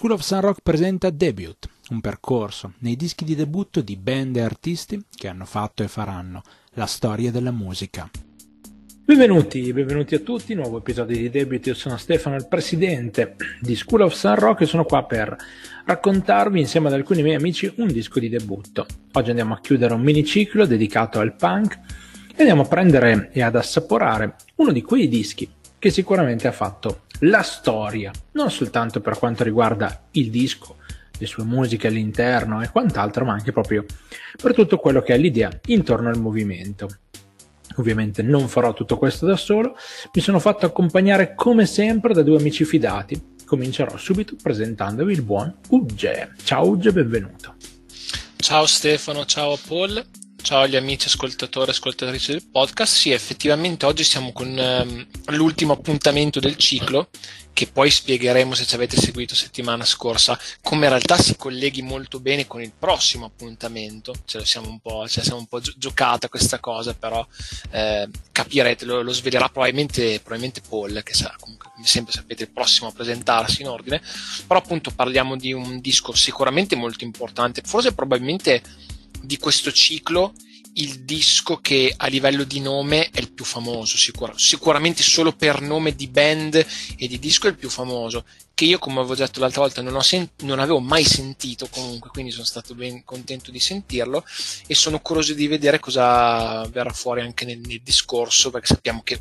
School of Sun Rock presenta Debut, un percorso nei dischi di debutto di band e artisti che hanno fatto e faranno la storia della musica. Benvenuti a tutti, nuovo episodio di Debut. Io sono Stefano, il presidente di School of Sun Rock, e sono qua per raccontarvi insieme ad alcuni miei amici un disco di debutto. Oggi andiamo a chiudere un miniciclo dedicato al punk e andiamo a prendere e ad assaporare uno di quei dischi che sicuramente ha fatto la storia, non soltanto per quanto riguarda il disco, le sue musiche all'interno e quant'altro, ma anche proprio per tutto quello che è l'idea intorno al movimento. Ovviamente non farò tutto questo da solo, mi sono fatto accompagnare come sempre da due amici fidati. Comincerò subito presentandovi il buon Uge. Ciao Uge, benvenuto. Ciao Stefano, ciao Paul, ciao agli amici ascoltatori e ascoltatrici del podcast. Sì, effettivamente oggi siamo con l'ultimo appuntamento del ciclo, che poi spiegheremo, se ci avete seguito settimana scorsa, come in realtà si colleghi molto bene con il prossimo appuntamento. Ce la siamo un po' giocata questa cosa, però capirete, lo svelerà probabilmente Paul, che sarà comunque, come sempre sapete, il prossimo a presentarsi in ordine. Però appunto parliamo di un disco sicuramente molto importante, forse probabilmente di questo ciclo il disco che a livello di nome è il più famoso, sicuramente solo per nome di band e di disco è il più famoso, che io, come avevo detto l'altra volta, non avevo mai sentito comunque, quindi sono stato ben contento di sentirlo e sono curioso di vedere cosa verrà fuori anche nel discorso, perché sappiamo che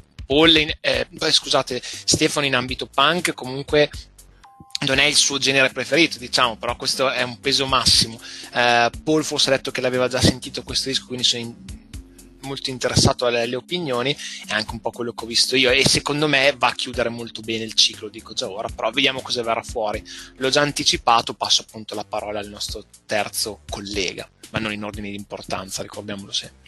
Stefano in ambito punk comunque non è il suo genere preferito, diciamo, però questo è un peso massimo. Paul forse ha detto che l'aveva già sentito questo disco, quindi sono molto interessato alle opinioni e anche un po' quello che ho visto io, e secondo me va a chiudere molto bene il ciclo, dico già ora, però vediamo cosa verrà fuori. L'ho già anticipato, passo appunto la parola al nostro terzo collega, ma non in ordine di importanza, ricordiamolo sempre.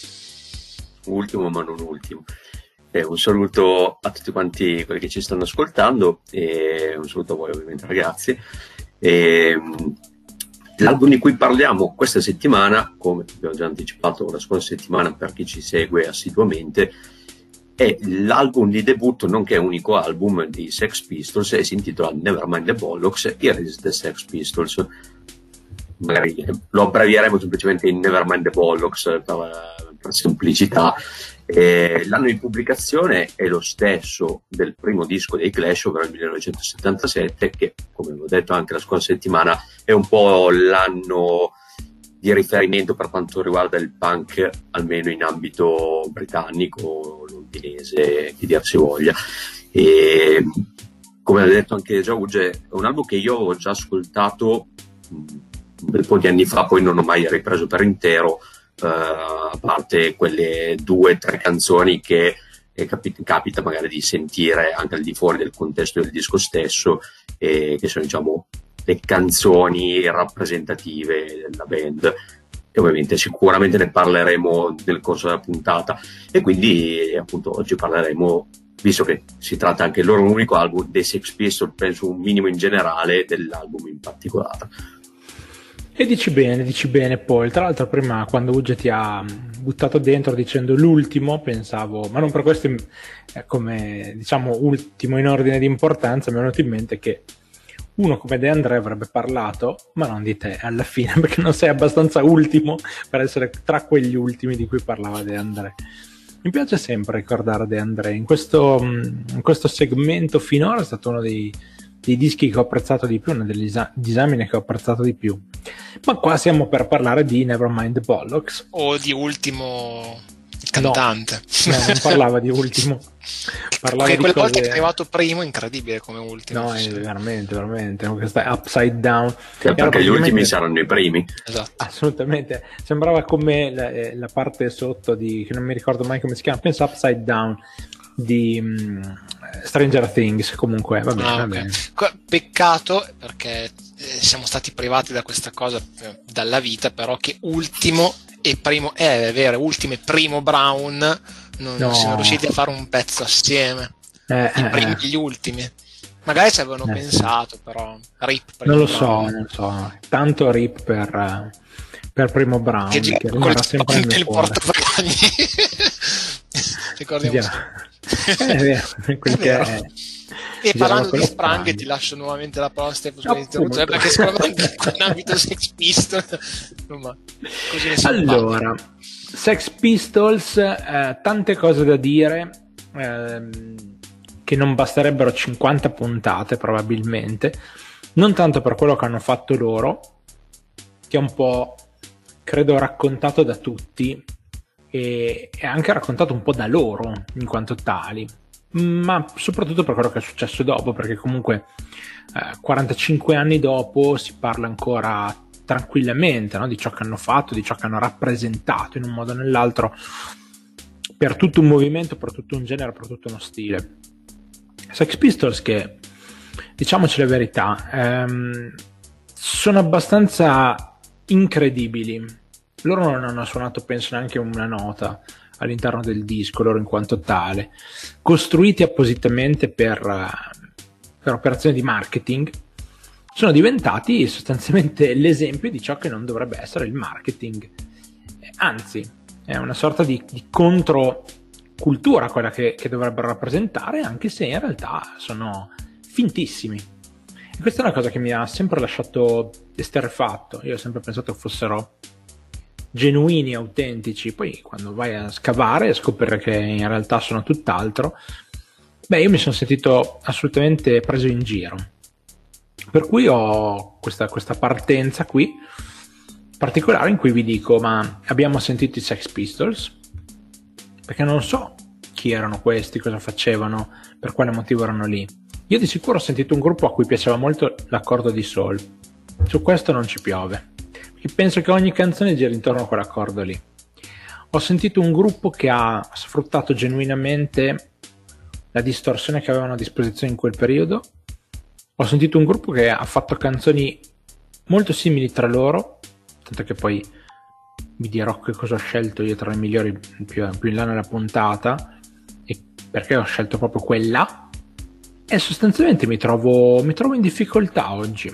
Ultimo ma non ultimo. Un saluto a tutti quanti quelli che ci stanno ascoltando e un saluto a voi ovviamente ragazzi. L'album di cui parliamo questa settimana, come abbiamo già anticipato la scorsa settimana per chi ci segue assiduamente, è l'album di debutto nonché unico album di Sex Pistols e si intitola Nevermind the Bollocks, Here is the Sex Pistols. Magari lo abbrevieremo semplicemente in Nevermind the Bollocks per semplicità. L'anno di pubblicazione è lo stesso del primo disco dei Clash, ovvero il 1977, che, come avevo detto anche la scorsa settimana, è un po' l'anno di riferimento per quanto riguarda il punk, almeno in ambito britannico, londinese, chi dir si voglia. E come ha detto anche Giauge, è un album che io ho già ascoltato un bel po' di anni fa, poi non ho mai ripreso per intero, a parte quelle 2 o 3 canzoni che capita magari di sentire anche al di fuori del contesto del disco stesso, che sono, diciamo, le canzoni rappresentative della band, e ovviamente sicuramente ne parleremo nel corso della puntata, e quindi appunto oggi parleremo, visto che si tratta anche il loro unico album dei Sex Pistols, penso un minimo in generale dell'album in particolare. E dici bene poi. Tra l'altro prima, quando Uge ti ha buttato dentro dicendo l'ultimo, pensavo, ma non per questo come, diciamo, ultimo in ordine di importanza, mi è venuto in mente che uno come De André avrebbe parlato, ma non di te alla fine, perché non sei abbastanza ultimo per essere tra quegli ultimi di cui parlava De André. Mi piace sempre ricordare De André. In questo segmento finora è stato uno dei dischi che ho apprezzato di più, uno degli disamine che ho apprezzato di più. Ma qua siamo per parlare di Nevermind the Bollocks. O di Ultimo, il cantante. No, non parlava di Ultimo. Parlava di quelle cose... volte che è arrivato primo, incredibile come ultimo. No, è veramente. Questa è Upside Down. Perché gli ultimi saranno i primi. Esatto. Assolutamente. Sembrava come la parte sotto di, che non mi ricordo mai come si chiama, penso Upside Down, di Stranger Things. Comunque va bene. Peccato, perché siamo stati privati da questa cosa dalla vita, però che Ultimo e Primo Ultimo e Primo Brown non siamo riusciti a fare un pezzo assieme, i primi e gli ultimi. Magari ci avevano pensato, però rip non lo so, tanto rip per Primo Brown, che rimarrà sempre nel mio cuore. Ricordiamo. È vero, quel che è. E parlando di Sprang, Sprang, ti lascio nuovamente la parola, Stefano, perché secondo me in ambito Sex Pistols, insomma, così ne allora, Sex Pistols, tante cose da dire, che non basterebbero 50 puntate probabilmente, non tanto per quello che hanno fatto loro, che è un po', credo, raccontato da tutti e anche raccontato un po' da loro in quanto tali, ma soprattutto per quello che è successo dopo, perché comunque 45 anni dopo si parla ancora tranquillamente, no? Di ciò che hanno fatto, di ciò che hanno rappresentato in un modo o nell'altro per tutto un movimento, per tutto un genere, per tutto uno stile. Sex Pistols, che diciamoci la verità, sono abbastanza incredibili. Loro non hanno suonato, penso, neanche una nota all'interno del disco, loro in quanto tale, costruiti appositamente per operazioni di marketing, sono diventati sostanzialmente l'esempio di ciò che non dovrebbe essere il marketing. Anzi, è una sorta di controcultura quella che dovrebbero rappresentare, anche se in realtà sono fintissimi. E questa è una cosa che mi ha sempre lasciato esterrefatto. Io ho sempre pensato che fossero genuini, autentici, poi quando vai a scavare e scoprire che in realtà sono tutt'altro, io mi sono sentito assolutamente preso in giro, per cui ho questa partenza qui particolare in cui vi dico: ma abbiamo sentito i Sex Pistols? Perché non so chi erano questi, cosa facevano, per quale motivo erano lì. Io di sicuro ho sentito un gruppo a cui piaceva molto l'accordo di soul, su questo non ci piove, penso che ogni canzone giri intorno a quell'accordo lì. Ho sentito un gruppo che ha sfruttato genuinamente la distorsione che avevano a disposizione in quel periodo. Ho sentito un gruppo che ha fatto canzoni molto simili tra loro, tanto che poi vi dirò che cosa ho scelto io tra le migliori più in là nella puntata e perché ho scelto proprio quella. E sostanzialmente mi trovo in difficoltà oggi.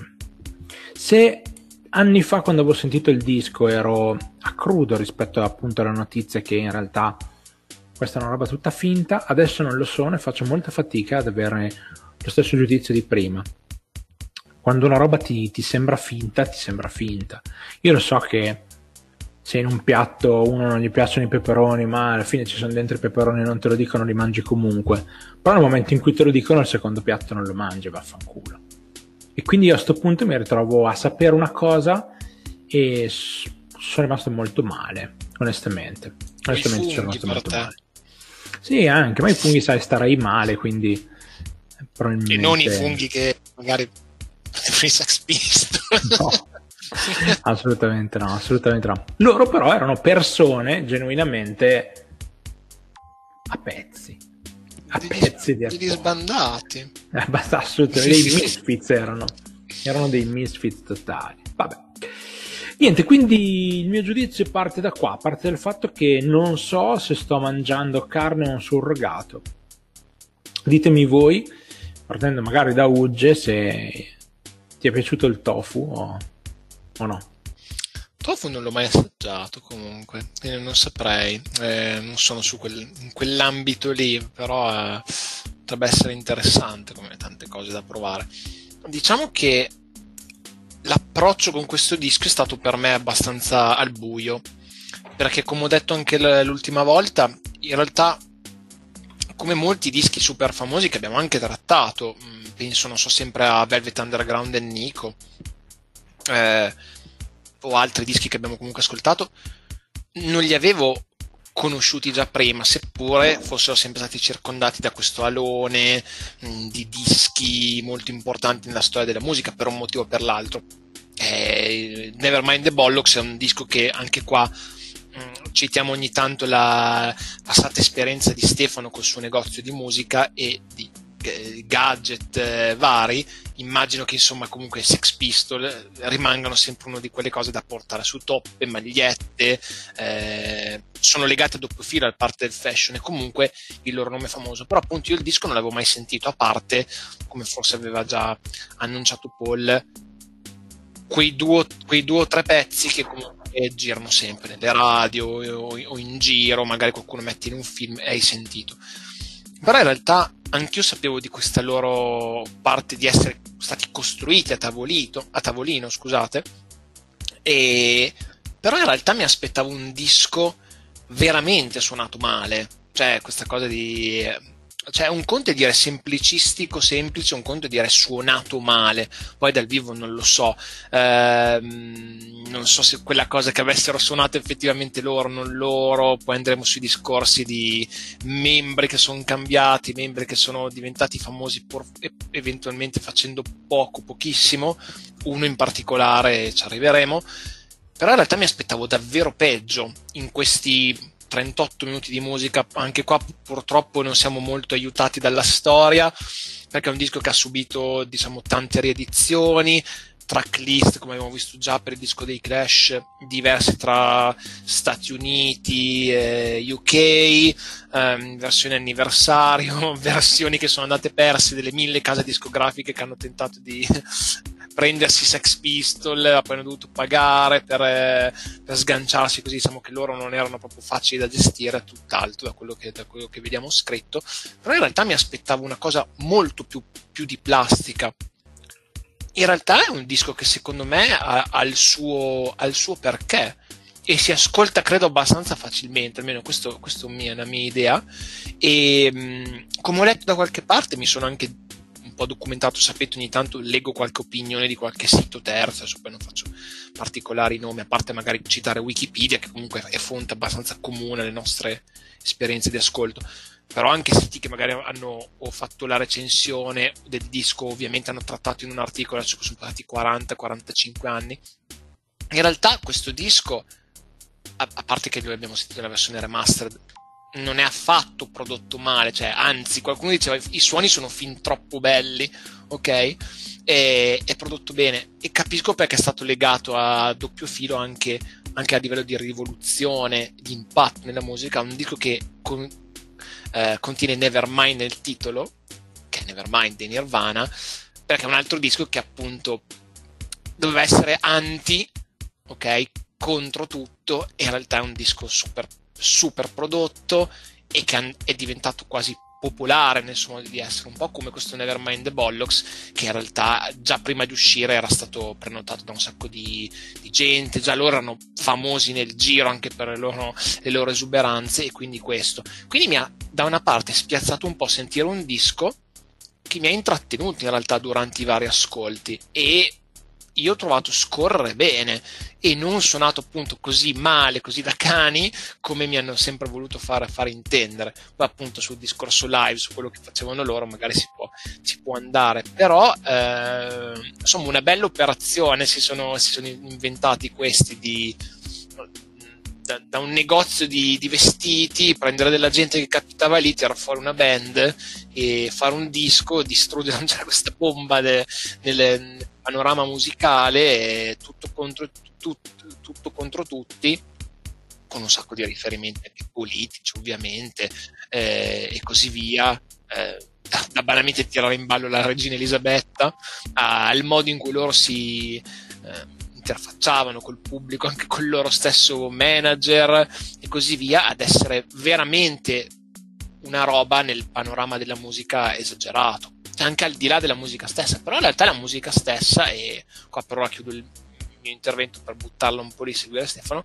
Se anni fa, quando avevo sentito il disco, ero a crudo rispetto appunto alla notizia che in realtà questa è una roba tutta finta, adesso non lo sono e faccio molta fatica ad avere lo stesso giudizio di prima. Quando una roba ti sembra finta, ti sembra finta. Io lo so che se in un piatto uno non gli piacciono i peperoni, ma alla fine ci sono dentro i peperoni e non te lo dicono, li mangi comunque. Però nel momento in cui te lo dicono, il secondo piatto non lo mangi, vaffanculo. E quindi io a sto punto mi ritrovo a sapere una cosa e sono rimasto molto male, onestamente. Onestamente sono rimasto molto male. Sì, anche, ma i funghi, sai, starei male, quindi probabilmente... E non i funghi che magari i Sex Pistols. No, assolutamente no. Loro però erano persone genuinamente a pezzi di sbandati. Assolutamente, dei misfits erano dei misfits totali. Vabbè, niente, quindi il mio giudizio parte da qua, parte dal fatto che non so se sto mangiando carne o un surrogato. Ditemi voi, partendo magari da Ugge, se ti è piaciuto il tofu o no. Tofu non l'ho mai assaggiato comunque, quindi non saprei, non sono in quell'ambito lì, però potrebbe essere interessante come tante cose da provare. Diciamo che l'approccio con questo disco è stato per me abbastanza al buio, perché come ho detto anche l'ultima volta, in realtà come molti dischi super famosi che abbiamo anche trattato, penso, non so, sempre a Velvet Underground e Nico, o altri dischi che abbiamo comunque ascoltato, non li avevo conosciuti già prima, seppure fossero sempre stati circondati da questo alone di dischi molto importanti nella storia della musica per un motivo o per l'altro. Nevermind the Bollocks è un disco che anche qua citiamo ogni tanto la passata esperienza di Stefano col suo negozio di musica e di gadget vari. Immagino che insomma comunque Sex Pistols rimangano sempre una di quelle cose da portare su toppe, magliette, sono legate a doppio filo al parte del fashion e comunque il loro nome è famoso. Però appunto io il disco non l'avevo mai sentito, a parte, come forse aveva già annunciato Paul, quei due o tre pezzi che comunque girano sempre nelle radio o in giro, magari qualcuno mette in un film e hai sentito. Però in realtà anch'io sapevo di questa loro parte di essere stati costruiti a tavolino, scusate, però in realtà mi aspettavo un disco veramente suonato male, cioè questa cosa cioè un conto è dire semplicistico, semplice, un conto è dire suonato male, poi dal vivo non lo so, non so se quella cosa che avessero suonato effettivamente loro, non loro, poi andremo sui discorsi di membri che sono cambiati, membri che sono diventati famosi eventualmente facendo pochissimo, uno in particolare ci arriveremo, però in realtà mi aspettavo davvero peggio in questi 38 minuti di musica. Anche qua purtroppo non siamo molto aiutati dalla storia, perché è un disco che ha subito, diciamo, tante riedizioni, tracklist, come abbiamo visto già per il disco dei Clash, diverse tra Stati Uniti e UK, versioni anniversario, versioni che sono andate perse delle 1000 case discografiche che hanno tentato di prendersi Sex Pistol, poi hanno dovuto pagare per sganciarsi, così diciamo che loro non erano proprio facili da gestire, tutt'altro da quello che vediamo scritto. Però in realtà mi aspettavo una cosa molto più di plastica. In realtà è un disco che secondo me ha il suo perché e si ascolta credo abbastanza facilmente, almeno questo è una mia idea, e come ho letto da qualche parte mi sono anche un po' documentato, sapete, ogni tanto leggo qualche opinione di qualche sito terzo, adesso poi non faccio particolari nomi, a parte magari citare Wikipedia, che comunque è fonte abbastanza comune alle nostre esperienze di ascolto, però anche siti che magari hanno fatto la recensione del disco, ovviamente hanno trattato in un articolo, adesso sono passati 40-45 anni, in realtà questo disco, a parte che noi abbiamo sentito la versione remastered, non è affatto prodotto male, cioè anzi qualcuno diceva i suoni sono fin troppo belli, ok? È prodotto bene, e capisco perché è stato legato a doppio filo anche a livello di rivoluzione, di impatto nella musica. Un disco che contiene Nevermind nel titolo, che è Nevermind dei Nirvana, perché è un altro disco che appunto doveva essere anti, ok, contro tutto, e in realtà è un disco super prodotto e che è diventato quasi popolare nel suo modo di essere, un po' come questo Nevermind the Bollocks, che in realtà già prima di uscire era stato prenotato da un sacco di gente, già loro erano famosi nel giro anche per le loro esuberanze, e quindi mi ha da una parte spiazzato un po' sentire un disco che mi ha intrattenuto in realtà durante i vari ascolti, e io ho trovato scorrere bene e non suonato appunto così male, così da cani, come mi hanno sempre voluto fare intendere. Poi appunto sul discorso live, su quello che facevano loro, magari si può andare, però insomma una bella operazione si sono inventati questi da un negozio di vestiti, prendere della gente che capitava lì, tirare fuori una band e fare un disco, distruggere, lanciare questa bomba nel panorama musicale, tutto contro tutti, con un sacco di riferimenti anche politici ovviamente, e così via, da banalmente tirare in ballo la regina Elisabetta al modo in cui loro si interfacciavano col pubblico, anche col loro stesso manager e così via, ad essere veramente una roba nel panorama della musica esagerato, anche al di là della musica stessa. Però in realtà la musica stessa, e qua per ora chiudo il mio intervento per buttarla un po' lì, seguire Stefano,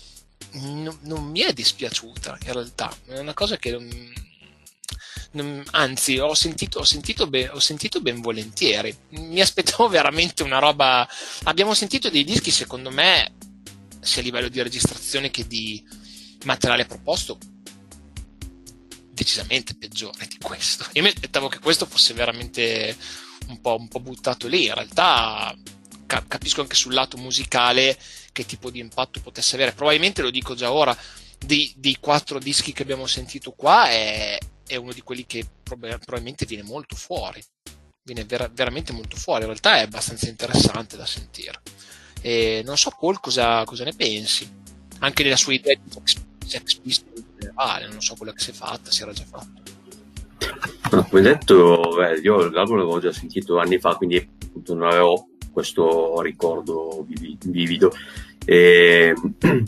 non mi è dispiaciuta in realtà, è una cosa che anzi ho sentito ben volentieri. Mi aspettavo veramente una roba. Abbiamo sentito dei dischi secondo me, sia a livello di registrazione che di materiale proposto, decisamente peggiore di questo. Io mi aspettavo che questo fosse veramente un po' buttato lì. In realtà capisco anche sul lato musicale che tipo di impatto potesse avere. Probabilmente, lo dico già ora, dei 4 dischi che abbiamo sentito qua è uno di quelli che probabilmente viene molto fuori, viene veramente molto fuori. In realtà è abbastanza interessante da sentire, e non so Paul cosa ne pensi, anche della sua idea di Sex Pistol in generale. Non so quella che si è fatta, si era già fatto. Come detto, io l'album l'avevo già sentito anni fa, quindi appunto non avevo questo ricordo vivido.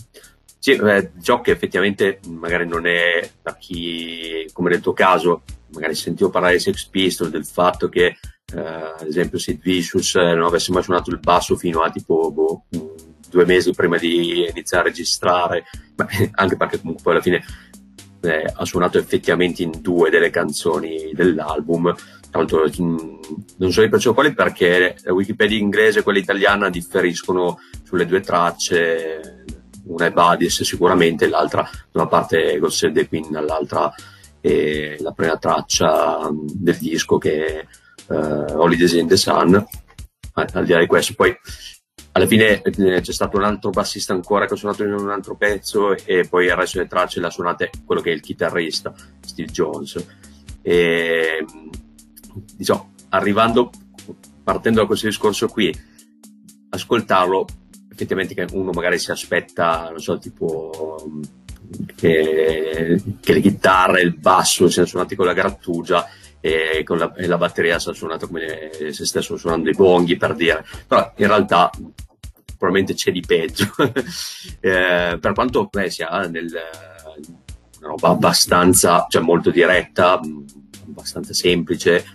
Sì, ciò che effettivamente magari non è, per chi, come nel tuo caso, magari sentivo parlare di Sex Pistols, del fatto che ad esempio Sid Vicious non avesse mai suonato il basso fino a tipo 2 mesi prima di iniziare a registrare, ma anche perché comunque poi alla fine ha suonato effettivamente in 2 delle canzoni dell'album. Tra l'altro non so di quali, perché la Wikipedia inglese e quella italiana differiscono sulle 2 tracce, una è Buddies sicuramente, l'altra da una parte è God Save the Queen, dall'altra è la prima traccia del disco che è Holidays in the Sun. Al di là di questo, poi alla fine c'è stato un altro bassista ancora che ha suonato in un altro pezzo, e poi il resto delle tracce l'ha suonate quello che è il chitarrista Steve Jones. E diciamo, partendo da questo discorso qui, ascoltarlo effettivamente, che uno magari si aspetta, non so, tipo che le chitarre e il basso siano suonati con la grattugia e la batteria sia suonata come se stessero suonando i bonghi, per dire, però in realtà probabilmente c'è di peggio. Per quanto sia una roba abbastanza, cioè molto diretta, abbastanza semplice,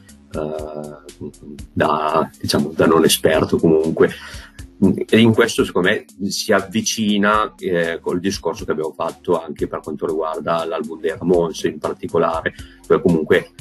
da non esperto comunque, e in questo secondo me si avvicina col discorso che abbiamo fatto anche per quanto riguarda l'album dei Ramones in particolare, dove comunque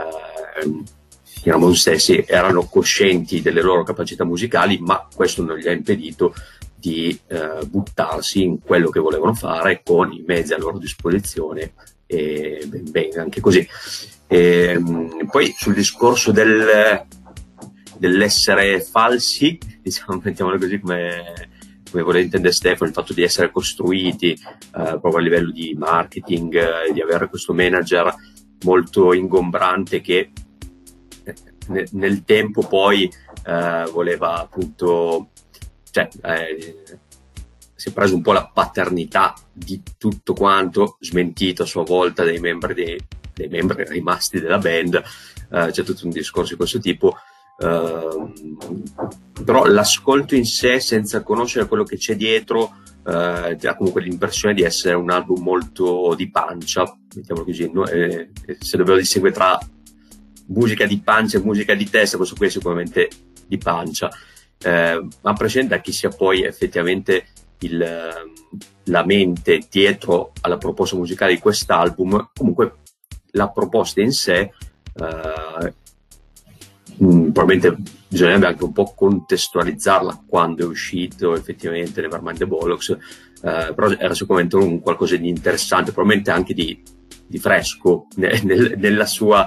i Ramones stessi erano coscienti delle loro capacità musicali, ma questo non gli ha impedito di buttarsi in quello che volevano fare con i mezzi a loro disposizione, e bene anche così. Poi sul discorso dell'essere falsi, diciamo, mettiamolo così, come vuole intendere Stefano, il fatto di essere costruiti proprio a livello di marketing, di avere questo manager molto ingombrante che nel tempo poi voleva appunto, cioè si è preso un po' la paternità di tutto quanto, smentito a sua volta dei membri rimasti della band. C'è tutto un discorso di questo tipo, però l'ascolto in sé, senza conoscere quello che c'è dietro, ti dà comunque l'impressione di essere un album molto di pancia, mettiamolo così, no? Se dovevo distinguere tra musica di pancia e musica di testa, questo qui è sicuramente di pancia, ma a prescindere da chi sia poi effettivamente la mente dietro alla proposta musicale di quest'album, comunque la proposta in sé, probabilmente bisognerebbe anche un po' contestualizzarla quando è uscito effettivamente Nevermind the Bollocks, però era sicuramente un qualcosa di interessante, probabilmente anche di fresco nella sua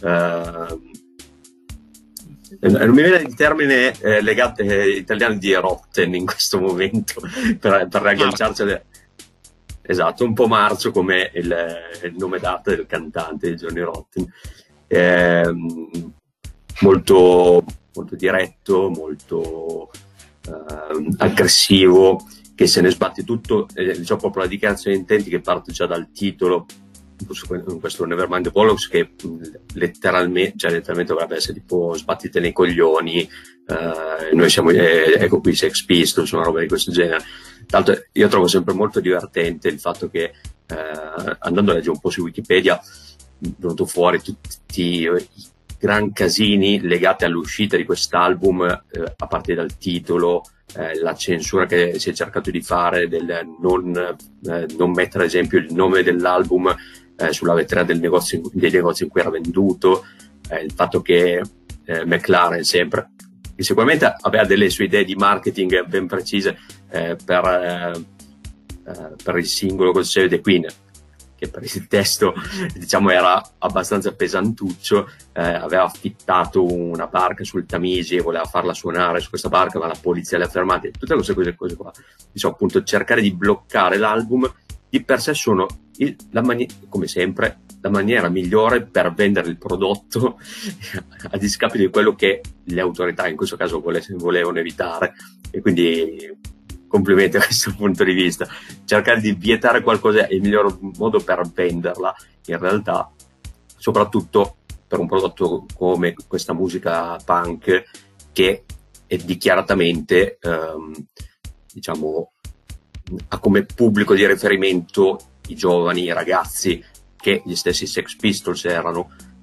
non mi viene il termine legato italiano di rotten in questo momento per ragganciarci esatto, un po' marcio come il nome dato del cantante di Johnny Rotten, molto, molto diretto, molto aggressivo, che se ne sbatte tutto, diciamo proprio la dichiarazione di intenti che parte già dal titolo, in questo Nevermind the Bollocks, che letteralmente dovrebbe essere tipo sbattite nei coglioni, noi siamo ecco qui Sex Pistols, una roba di questo genere. Tanto io trovo sempre molto divertente il fatto che andando a leggere un po' su Wikipedia è venuto fuori tutti i gran casini legati all'uscita di quest'album, a partire dal titolo, la censura che si è cercato di fare del non mettere ad esempio il nome dell'album sulla vetrina dei negozi in cui era venduto, il fatto che McLaren sempre, che sicuramente aveva delle sue idee di marketing ben precise per il singolo God Save the Queen, che per il testo diciamo era abbastanza pesantuccio, aveva affittato una barca sul Tamigi e voleva farla suonare su questa barca, ma la polizia le ha fermate, tutte queste cose qua. Diciamo appunto cercare di bloccare l'album di per sé sono come sempre la maniera migliore per vendere il prodotto a discapito di quello che le autorità in questo caso volevano evitare, e quindi complimenti a questo punto di vista. Cercare di vietare qualcosa è il miglior modo per venderla, in realtà, soprattutto per un prodotto come questa musica punk, che è dichiaratamente diciamo ha come pubblico di riferimento i giovani, i ragazzi, che gli stessi Sex Pistols erano,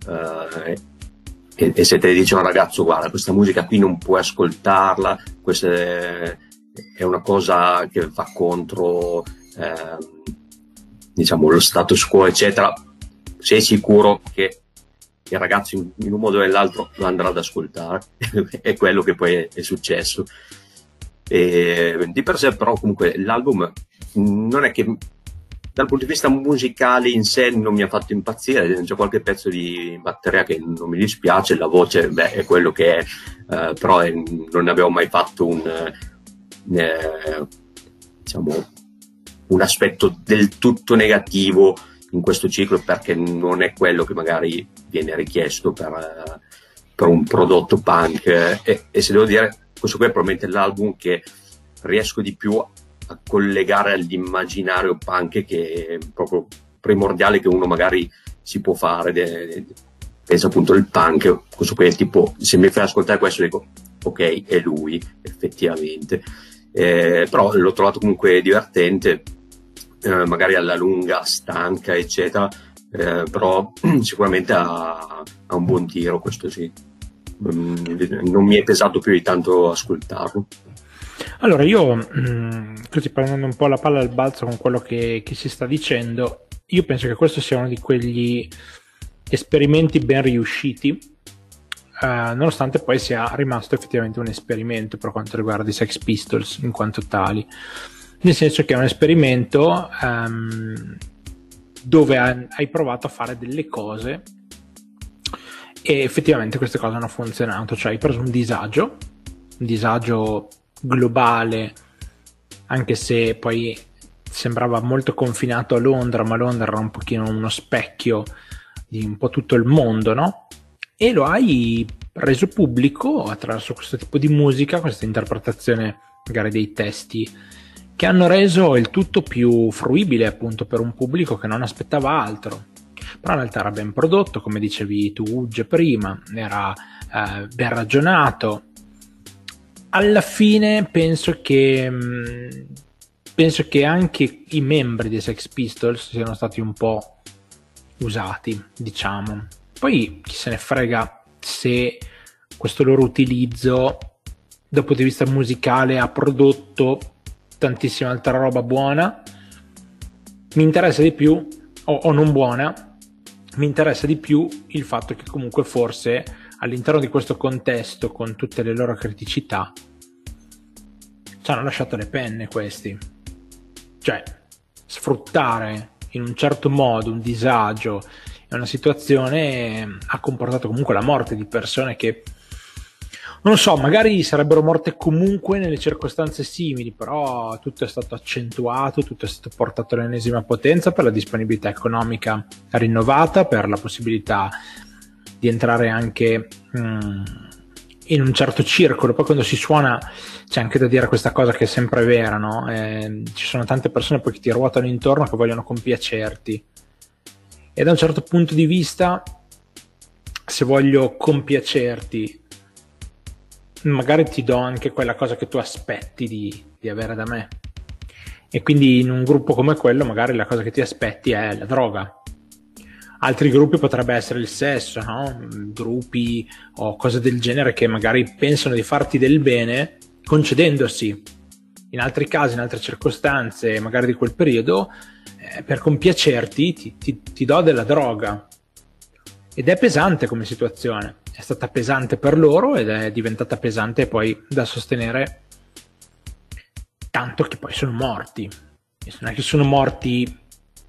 e se te dice un ragazzo guarda questa musica qui non puoi ascoltarla, questa è una cosa che va contro diciamo lo status quo eccetera, sei sicuro che il ragazzo in un modo o nell'altro lo andrà ad ascoltare. È quello che poi è successo. E di per sé però comunque l'album non è che dal punto di vista musicale in sé non mi ha fatto impazzire, c'è qualche pezzo di batteria che non mi dispiace, la voce è quello che è, però non avevo mai fatto diciamo un aspetto del tutto negativo in questo ciclo, perché non è quello che magari viene richiesto per un prodotto punk, e se devo dire questo qui è probabilmente l'album che riesco di più a collegare all'immaginario punk, che è proprio primordiale che uno magari si può fare, pensa appunto il punk, questo qui è tipo, se mi fai ascoltare questo dico ok, è lui effettivamente, però l'ho trovato comunque divertente, magari alla lunga stanca eccetera, però sicuramente ha un buon tiro, questo sì. Non mi è pesato più di tanto ascoltarlo. Allora io così prendendo un po' la palla al balzo con quello che si sta dicendo, io penso che questo sia uno di quegli esperimenti ben riusciti, nonostante poi sia rimasto effettivamente un esperimento per quanto riguarda i Sex Pistols in quanto tali, nel senso che è un esperimento dove hai provato a fare delle cose e effettivamente queste cose hanno funzionato, cioè hai preso un disagio globale, anche se poi sembrava molto confinato a Londra, ma Londra era un pochino uno specchio di un po' tutto il mondo, no? E lo hai reso pubblico attraverso questo tipo di musica, questa interpretazione magari dei testi, che hanno reso il tutto più fruibile appunto per un pubblico che non aspettava altro. Però in realtà era ben prodotto, come dicevi tu Uge prima, era ben ragionato. Alla fine penso che anche i membri dei Sex Pistols siano stati un po' usati, diciamo. Poi chi se ne frega se questo loro utilizzo dal punto di vista musicale ha prodotto tantissima altra roba buona. Mi interessa di più, o non buona, mi interessa di più il fatto che comunque forse all'interno di questo contesto, con tutte le loro criticità, ci hanno lasciato le penne questi. Cioè, sfruttare in un certo modo un disagio e una situazione ha comportato comunque la morte di persone che, non lo so, magari sarebbero morte comunque nelle circostanze simili, però tutto è stato accentuato, tutto è stato portato all'ennesima potenza per la disponibilità economica rinnovata, per la possibilità di entrare anche in un certo circolo. Poi quando si suona c'è anche da dire questa cosa che è sempre vera, no? Ci sono tante persone poi che ti ruotano intorno, che vogliono compiacerti, e da un certo punto di vista, se voglio compiacerti, magari ti do anche quella cosa che tu aspetti di avere da me, e quindi in un gruppo come quello magari la cosa che ti aspetti è la droga. Altri gruppi potrebbe essere il sesso, no? Gruppi o cose del genere che magari pensano di farti del bene concedendosi. In altri casi, in altre circostanze magari di quel periodo, per compiacerti ti do della droga. Ed è pesante come situazione, è stata pesante per loro ed è diventata pesante poi da sostenere, tanto che poi sono morti. E non è che sono morti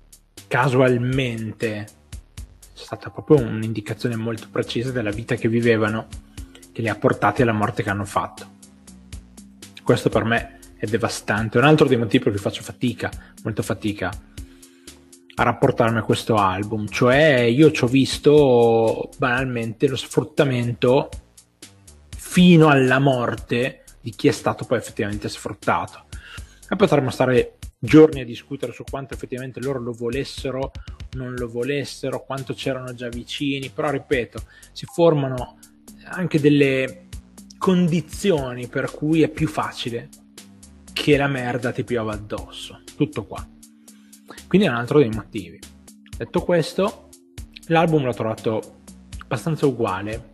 casualmente, è stata proprio un'indicazione molto precisa della vita che vivevano che li ha portati alla morte che hanno fatto. Questo per me è devastante, è un altro dei motivi per cui faccio fatica, molta fatica a rapportarmi a questo album. Cioè io ci ho visto banalmente lo sfruttamento fino alla morte di chi è stato poi effettivamente sfruttato, e potremmo stare giorni a discutere su quanto effettivamente loro lo volessero, non lo volessero, quanto c'erano già vicini, però ripeto, si formano anche delle condizioni per cui è più facile che la merda ti piova addosso, tutto qua. Quindi è un altro dei motivi. Detto questo, l'album l'ho trovato abbastanza uguale.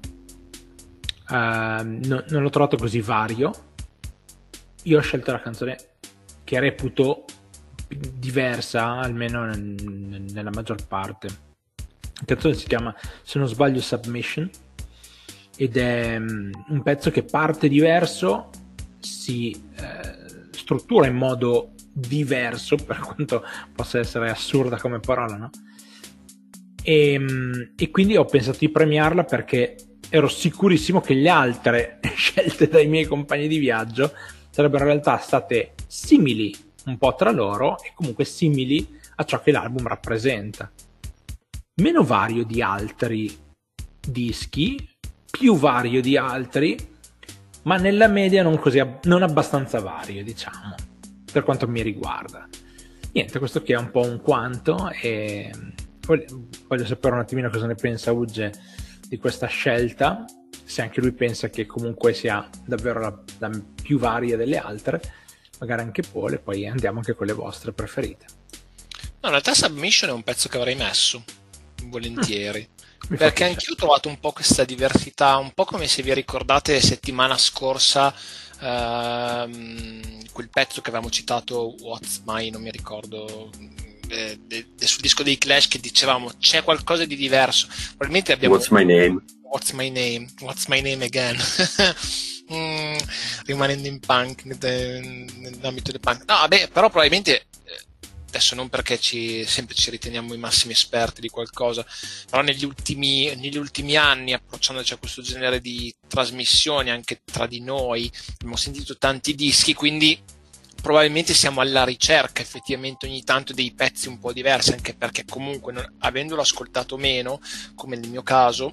Non l'ho trovato così vario. Io ho scelto la canzone che reputo diversa, almeno nella maggior parte. La canzone si chiama, se non sbaglio, Submission, ed è un pezzo che parte diverso, si struttura in modo diverso, per quanto possa essere assurda come parola, no? E quindi ho pensato di premiarla perché ero sicurissimo che le altre scelte dai miei compagni di viaggio sarebbero in realtà state simili un po' tra loro e comunque simili a ciò che l'album rappresenta. Meno vario di altri dischi, più vario di altri, ma nella media non abbastanza vario, diciamo, per quanto mi riguarda. Niente, questo qui è un po' un quanto, e voglio sapere un attimino cosa ne pensa Ugge di questa scelta, se anche lui pensa che comunque sia davvero la più varia delle altre, magari anche Paul, e poi andiamo anche con le vostre preferite. No, in realtà Submission è un pezzo che avrei messo volentieri, perché anch'io ho trovato un po' questa diversità, un po' come se vi ricordate settimana scorsa quel pezzo che avevamo citato, What's My, non mi ricordo, sul disco dei Clash, che dicevamo c'è qualcosa di diverso. Probabilmente abbiamo What's My Name? What's My Name? What's My Name again? Rimanendo in punk, nell'ambito del punk. No, vabbè, però probabilmente, adesso non perché sempre ci riteniamo i massimi esperti di qualcosa, però negli ultimi anni, approcciandoci a questo genere di trasmissioni anche tra di noi, abbiamo sentito tanti dischi, quindi probabilmente siamo alla ricerca effettivamente ogni tanto dei pezzi un po' diversi, anche perché comunque avendolo ascoltato meno, come nel mio caso,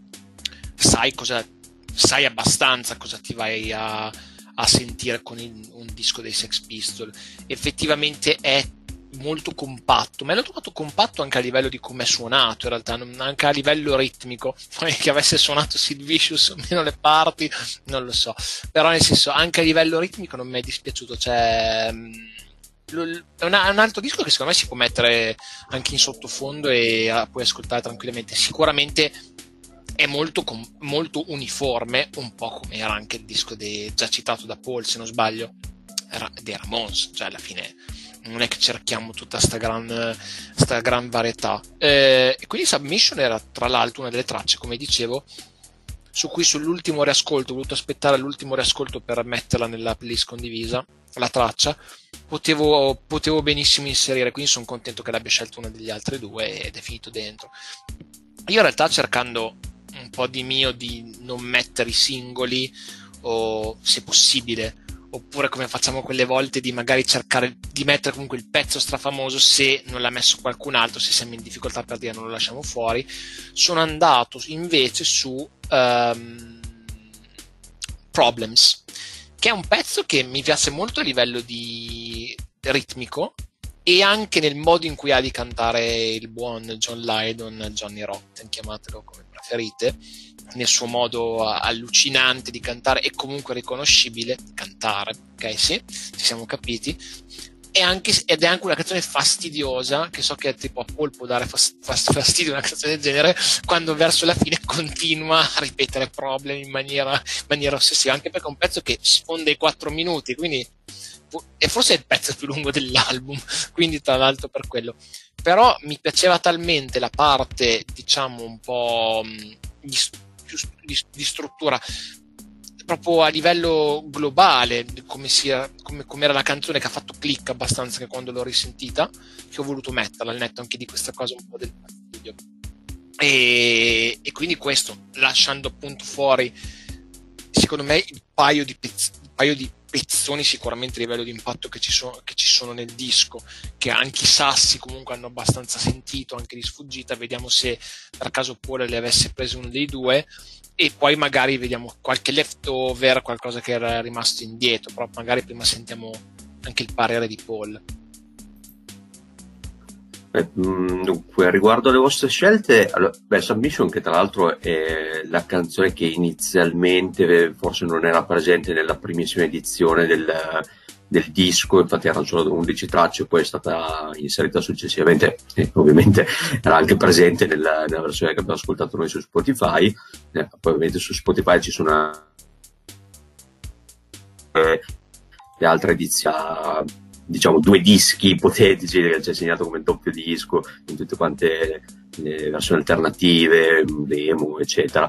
sai abbastanza cosa ti vai a sentire con un disco dei Sex Pistols. Effettivamente è molto compatto, ma l'ho trovato compatto anche a livello di come è suonato, in realtà, anche a livello ritmico. Che avesse suonato Sid Vicious o meno le parti non lo so, però nel senso anche a livello ritmico non mi è dispiaciuto. Cioè, è un altro disco che secondo me si può mettere anche in sottofondo e puoi ascoltare tranquillamente. Sicuramente è molto uniforme, un po' come era anche il disco già citato da Paul, se non sbaglio, dei Ramones. Cioè alla fine non è che cerchiamo tutta sta gran varietà, e quindi Submission era tra l'altro una delle tracce, come dicevo, su cui sull'ultimo riascolto ho voluto aspettare l'ultimo riascolto per metterla nella playlist condivisa, la traccia potevo benissimo inserire, quindi sono contento che l'abbia scelto una degli altri due ed è finito dentro. Io in realtà, cercando un po' di non mettere i singoli, o se possibile, oppure come facciamo quelle volte di magari cercare di mettere comunque il pezzo strafamoso, se non l'ha messo qualcun altro, se siamo in difficoltà per dire non lo lasciamo fuori, sono andato invece su Problems, che è un pezzo che mi piace molto a livello di ritmico e anche nel modo in cui ha di cantare il buon John Lydon, Johnny Rotten, chiamatelo come preferite, nel suo modo allucinante di cantare e comunque riconoscibile cantare, ok, sì, ci siamo capiti, ed è anche una canzone fastidiosa, che so che tipo a Paul può dare fastidio una canzone del genere, quando verso la fine continua a ripetere problemi in maniera ossessiva, anche perché è un pezzo che sfonda i 4 minuti, quindi e forse è il pezzo più lungo dell'album, quindi tra l'altro per quello. Però mi piaceva talmente la parte, diciamo, un po' di struttura proprio a livello globale, come era la canzone, che ha fatto click abbastanza che quando l'ho risentita, che ho voluto metterla al netto anche di questa cosa un po' del fastidio, e quindi questo, lasciando appunto fuori secondo me il paio di pezzoni sicuramente a livello di impatto che ci sono nel disco, che anche i sassi comunque hanno abbastanza sentito anche di sfuggita. Vediamo se per caso Paul le avesse preso uno dei due, e poi magari vediamo qualche leftover, qualcosa che era rimasto indietro, però magari prima sentiamo anche il parere di Paul. Dunque, riguardo alle vostre scelte, Submission, che tra l'altro è la canzone che inizialmente forse non era presente nella primissima edizione del disco, infatti era solo 11 tracce, poi è stata inserita successivamente e ovviamente era anche presente nella versione che abbiamo ascoltato noi su Spotify. Poi ovviamente su Spotify ci sono le altre edizioni, diciamo 2 dischi ipotetici che c'è segnato come doppio disco in tutte quante le versioni alternative, demo eccetera.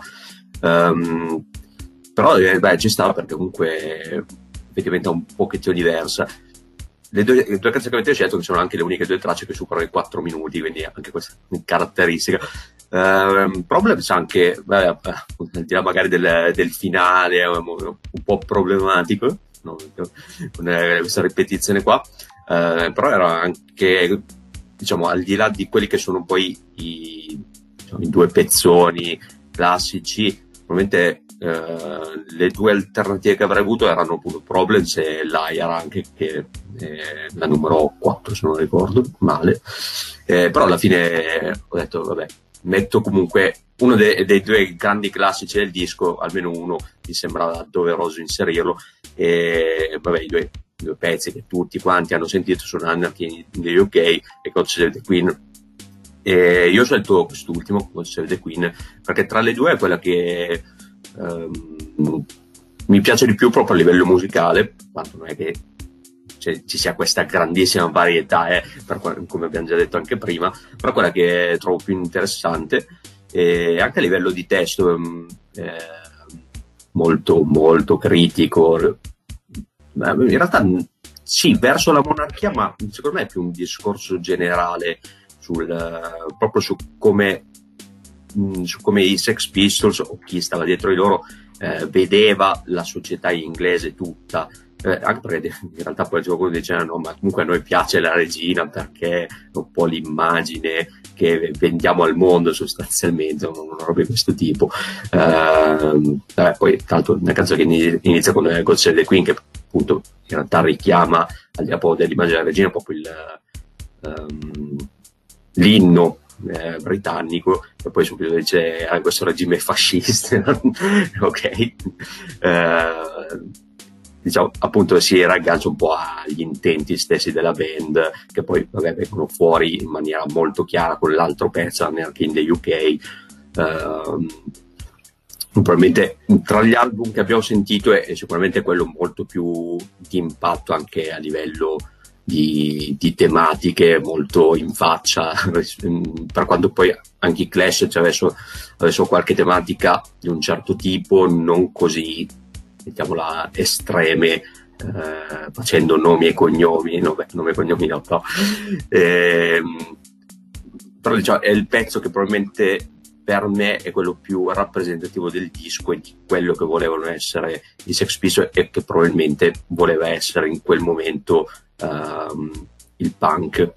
Però ci sta, perché comunque effettivamente è un pochettino diversa. Le due canzoni che avete scelto, che sono anche le uniche 2 tracce che superano i 4 minuti, quindi anche questa caratteristica. Problems anche, al di là magari del finale, un po' problematico, no? Con questa ripetizione qua, però era anche, diciamo, al di là di quelli che sono poi i 2 pezzoni classici, probabilmente le 2 alternative che avrei avuto erano appunto Problems e Liar, anche che è la numero 4 se non ricordo male, però alla fine ho detto vabbè, metto comunque uno dei 2 grandi classici del disco, almeno uno mi sembrava doveroso inserirlo, e vabbè i due pezzi che tutti quanti hanno sentito sono Anarchy in the UK e God Save the Queen. E io ho scelto quest'ultimo, God Save the Queen, perché tra le 2 è quella che mi piace di più proprio a livello musicale, quanto non è che ci sia questa grandissima varietà, come abbiamo già detto anche prima, però quella che trovo più interessante, e anche a livello di testo molto molto critico, in realtà sì, verso la monarchia, ma secondo me è più un discorso generale proprio su come i Sex Pistols o chi stava dietro di loro vedeva la società inglese tutta, anche perché in realtà poi qualcuno diceva no, ma comunque a noi piace la regina perché è un po' l'immagine che vendiamo al mondo sostanzialmente, una roba di questo tipo. Poi tanto una canzone che inizia con God Save the Queen, che appunto in realtà richiama al di là dell'immagine della regina proprio l'inno britannico, e poi subito dice questo regime è fascista. Ok, diciamo appunto si raggancia un po' agli intenti stessi della band, che poi vabbè vengono fuori in maniera molto chiara con l'altro pezzo, Anarchy in the UK. Probabilmente tra gli album che abbiamo sentito è sicuramente quello molto più di impatto anche a livello di tematiche, molto in faccia, per quanto poi anche i Clash avessero qualche tematica di un certo tipo, non così, mettiamola, estreme, facendo nomi e cognomi, nome e cognomi no, però diciamo, è il pezzo che probabilmente per me è quello più rappresentativo del disco e di quello che volevano essere i Sex Pistols, e che probabilmente voleva essere in quel momento il punk.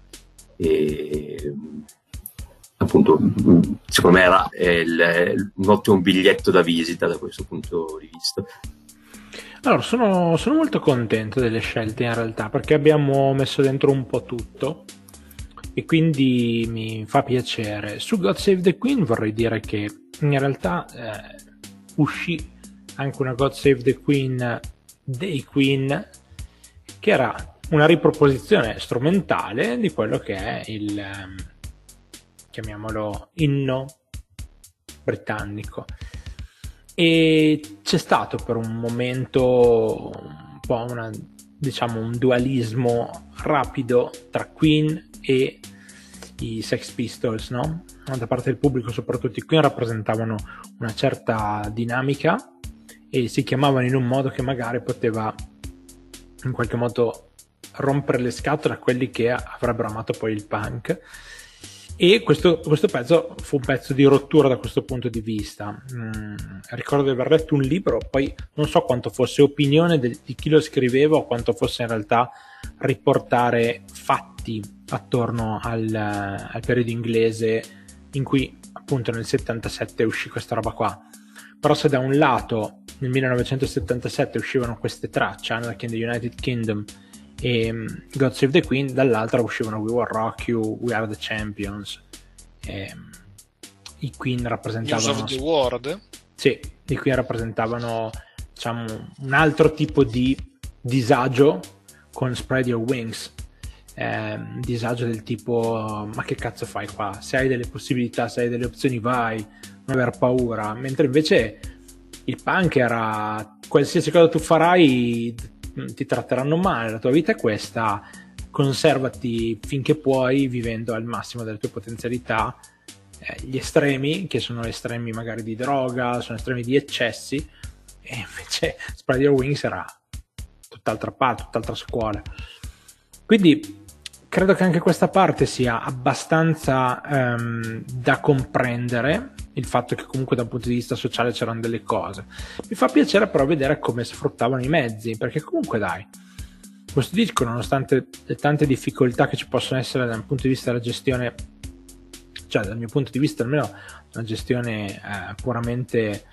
E appunto secondo me era un ottimo biglietto da visita da questo punto di vista. Allora, sono molto contento delle scelte in realtà, perché abbiamo messo dentro un po' tutto e quindi mi fa piacere. Su God Save the Queen vorrei dire che in realtà uscì anche una God Save the Queen dei Queen, che era una riproposizione strumentale di quello che è il chiamiamolo inno britannico, e c'è stato per un momento un po' un dualismo rapido tra Queen e i Sex Pistols, no? Da parte del pubblico, soprattutto i Queen rappresentavano una certa dinamica e si chiamavano in un modo che magari poteva in qualche modo rompere le scatole a quelli che avrebbero amato poi il punk, e questo pezzo fu un pezzo di rottura da questo punto di vista. Ricordo di aver letto un libro, poi non so quanto fosse opinione di chi lo scriveva o quanto fosse in realtà riportare fatti attorno al periodo inglese in cui appunto nel 77 uscì questa roba qua. Però se da un lato nel 1977 uscivano queste tracce, Anarchy in the United Kingdom e God Save the Queen, dall'altra uscivano We Will Rock You, We Are the Champions. I Queen rappresentavano News of the World. Sì, i Queen rappresentavano, diciamo, un altro tipo di disagio con Spread Your Wings, disagio del tipo ma che cazzo fai qua, se hai delle possibilità, se hai delle opzioni vai, non aver paura, mentre invece il punk era qualsiasi cosa tu farai ti tratteranno male, la tua vita è questa, conservati finché puoi vivendo al massimo delle tue potenzialità. Gli estremi, che sono estremi magari di droga, sono estremi di eccessi, e invece Spread Your Wings era tutt'altra parte, tutt'altra scuola. Quindi credo che anche questa parte sia abbastanza da comprendere, il fatto che comunque da un punto di vista sociale c'erano delle cose. Mi fa piacere però vedere come sfruttavano i mezzi, perché comunque dai, questo disco, nonostante le tante difficoltà che ci possono essere dal punto di vista della gestione, cioè dal mio punto di vista almeno una gestione puramente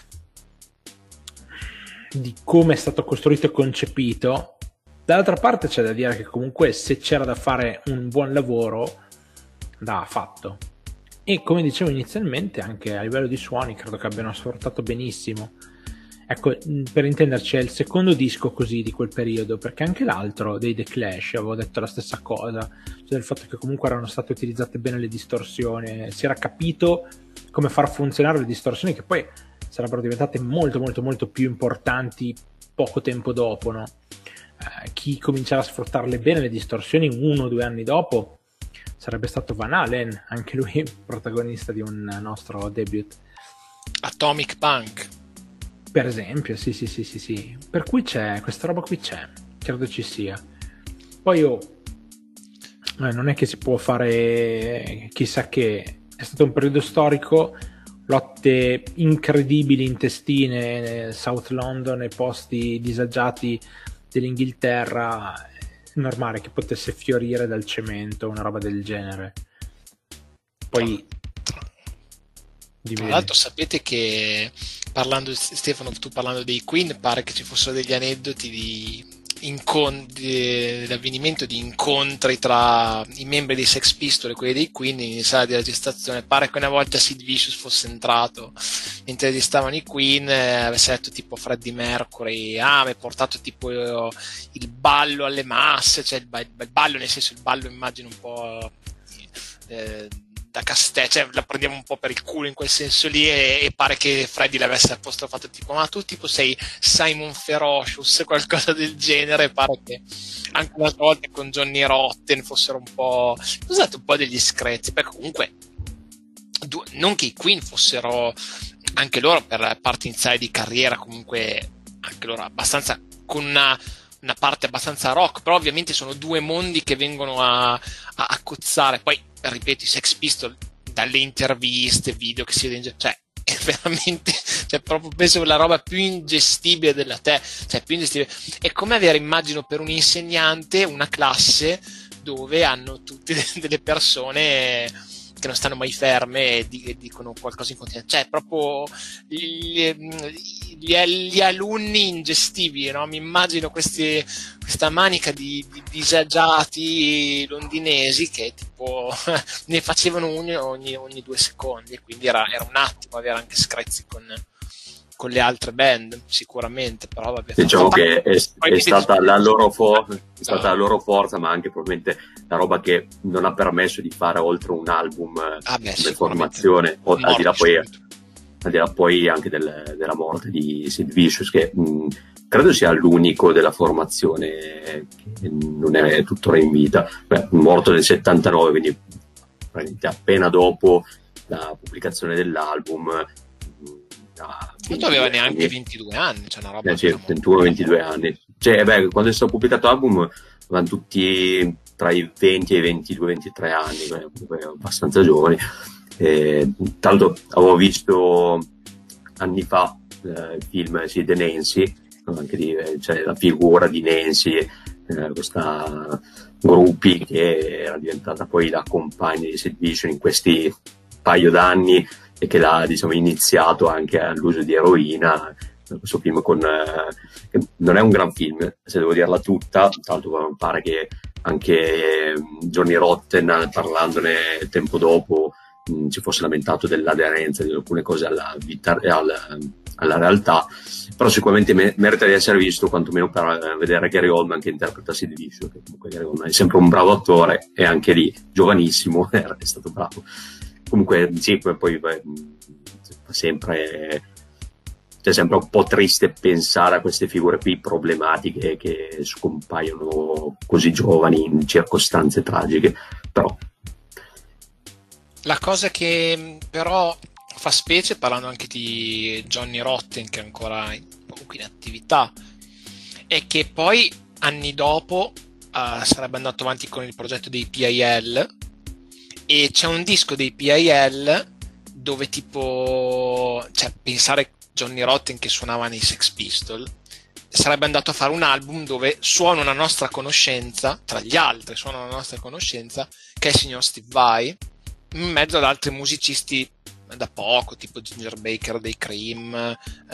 di come è stato costruito e concepito, dall'altra parte c'è da dire che comunque se c'era da fare un buon lavoro andava fatto, e come dicevo inizialmente anche a livello di suoni credo che abbiano sfruttato benissimo. Ecco, per intenderci, è il secondo disco così di quel periodo, perché anche l'altro dei The Clash avevo detto la stessa cosa, cioè del fatto che comunque erano state utilizzate bene le distorsioni, si era capito come far funzionare le distorsioni, che poi sarebbero diventate molto molto molto più importanti poco tempo dopo, no? Chi cominciava a sfruttarle bene le distorsioni 1 o 2 anni dopo sarebbe stato Van Halen, anche lui protagonista di un nostro debut, Atomic Punk, per esempio. Sì. Per cui c'è questa roba qui, credo ci sia. Poi non è che si può fare chissà che, è stato un periodo storico, lotte incredibili intestine, South London e posti disagiati dell'Inghilterra, è normale che potesse fiorire dal cemento una roba del genere. Poi tra l'altro sapete che, parlando, Stefano, tu parlando dei Queen, pare che ci fossero degli aneddoti dell'avvenimento di incontri tra i membri dei Sex Pistols e quelli dei Queen in sala di registrazione. Pare che una volta Sid Vicious fosse entrato mentre registavano i Queen, avesse detto tipo Freddie Mercury: mi hai portato tipo il ballo alle masse, cioè il ballo, nel senso il ballo immagino un po' da Castello, cioè la prendiamo un po' per il culo in quel senso lì, e pare che Freddy l'avesse apostrofato tipo ma tu tipo sei Simon Ferocious, qualcosa del genere. Pare che anche un'altra volta con Johnny Rotten fossero un po' usate un po' degli screzi, perché comunque non che i Queen fossero anche loro per parte iniziale di carriera comunque anche loro abbastanza con una parte abbastanza rock, però ovviamente sono due mondi che vengono a cozzare. Poi ripeto, i Sex Pistols, dalle interviste, video che si vede, cioè è veramente, cioè proprio penso la roba più ingestibile della cioè più ingestibile. È come avere, immagino, per un insegnante una classe dove hanno tutte delle persone che non stanno mai ferme e dicono qualcosa in continuazione, cioè proprio gli alunni ingestibili, no? Mi immagino questa manica di disagiati londinesi che tipo ne facevano ogni 2 secondi, e quindi era un attimo avere anche screzi con le altre band, sicuramente, però vabbè, diciamo che è stata la loro forza, ma anche probabilmente la roba che non ha permesso di fare oltre un album come formazione, al di là poi anche della morte di Sid Vicious, che credo sia l'unico della formazione che non è tuttora in vita. Morto nel 79, quindi appena dopo la pubblicazione dell'album. Non aveva neanche 22 anni, cioè una roba 21-22 anni. Cioè, quando è stato pubblicato l'album avevano tutti tra i 20 e i 22-23 anni, comunque abbastanza giovani. Tanto avevo visto anni fa il film The Nancy, anche cioè la figura di Nancy, questa Gruppi che era diventata poi la compagna di Sid Vicious in questi paio d'anni e che l'ha, diciamo, iniziato anche all'uso di eroina. Questo film che non è un gran film, se devo dirla tutta, tanto pare che anche Johnny Rotten, parlandone tempo dopo, si fosse lamentato dell'aderenza di alcune cose alla vita, alla realtà, però sicuramente merita di essere visto, quantomeno per vedere Gary Oldman che interpreta Sid Vicious, che comunque Gary Oldman è sempre un bravo attore, e anche lì giovanissimo è stato bravo. Comunque sì, poi sempre c'è sempre un po' triste pensare a queste figure qui problematiche che scompaiono così giovani in circostanze tragiche. Però la cosa che però fa specie, parlando anche di Johnny Rotten, che è ancora comunque in attività, è che poi anni dopo sarebbe andato avanti con il progetto dei PIL, e c'è un disco dei PIL dove tipo, cioè, pensare Johnny Rotten che suonava nei Sex Pistols, sarebbe andato a fare un album dove suona una nostra conoscenza, tra gli altri suona una nostra conoscenza, che è il signor Steve Vai, in mezzo ad altri musicisti da poco, tipo Ginger Baker dei Cream,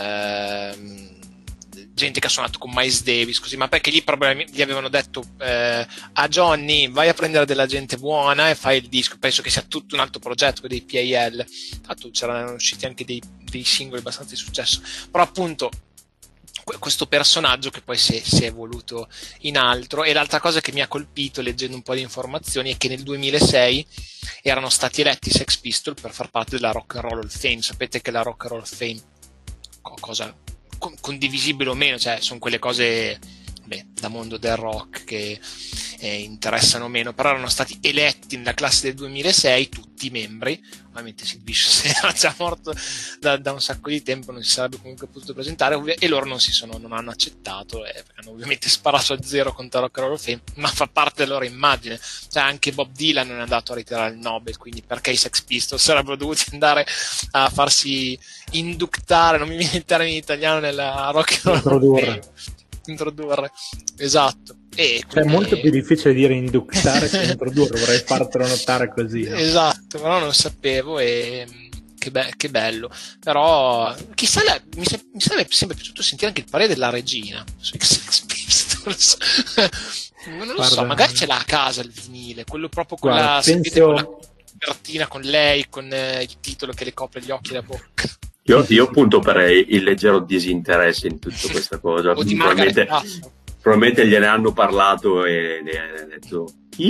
gente che ha suonato con Miles Davis, così, ma perché lì probabilmente gli avevano detto a Johnny vai a prendere della gente buona e fai il disco. Penso che sia tutto un altro progetto dei PIL. Tanto c'erano usciti anche dei singoli abbastanza di successo, però appunto questo personaggio che poi si è evoluto in altro. E l'altra cosa che mi ha colpito leggendo un po' di informazioni è che nel 2006 erano stati eletti i Sex Pistols per far parte della Rock and Roll Hall of Fame. Sapete che la Rock and Roll Hall of Fame, cosa condivisibile o meno, cioè sono quelle cose da mondo del rock che interessano meno, però erano stati eletti nella classe del 2006 tutti i membri. Ovviamente Sid Vicious era già morto da un sacco di tempo, non si sarebbe comunque potuto presentare, e loro non hanno accettato, perché hanno ovviamente sparato a zero contro la Rock and Roll of Fame, ma fa parte della loro immagine. Cioè anche Bob Dylan non è andato a ritirare il Nobel, quindi perché i Sex Pistols sarebbero dovuti andare a farsi inductare, non mi viene il termine in italiano, nella Rock and Roll of Fame, introdurre, esatto. E quindi... è molto più difficile dire inductare che introdurre, vorrei fartelo notare così, no? Esatto, però non sapevo, e che bello. Però chissà, mi sarebbe sempre piaciuto sentire anche il parere della regina sui Sex Pistols. Non lo so, magari ce l'ha a casa il vinile, quello proprio con la copertina con lei, con il titolo che le copre gli occhi e la bocca. Io punto per il leggero disinteresse in tutta questa cosa. O di probabilmente gliene hanno parlato e ne ha detto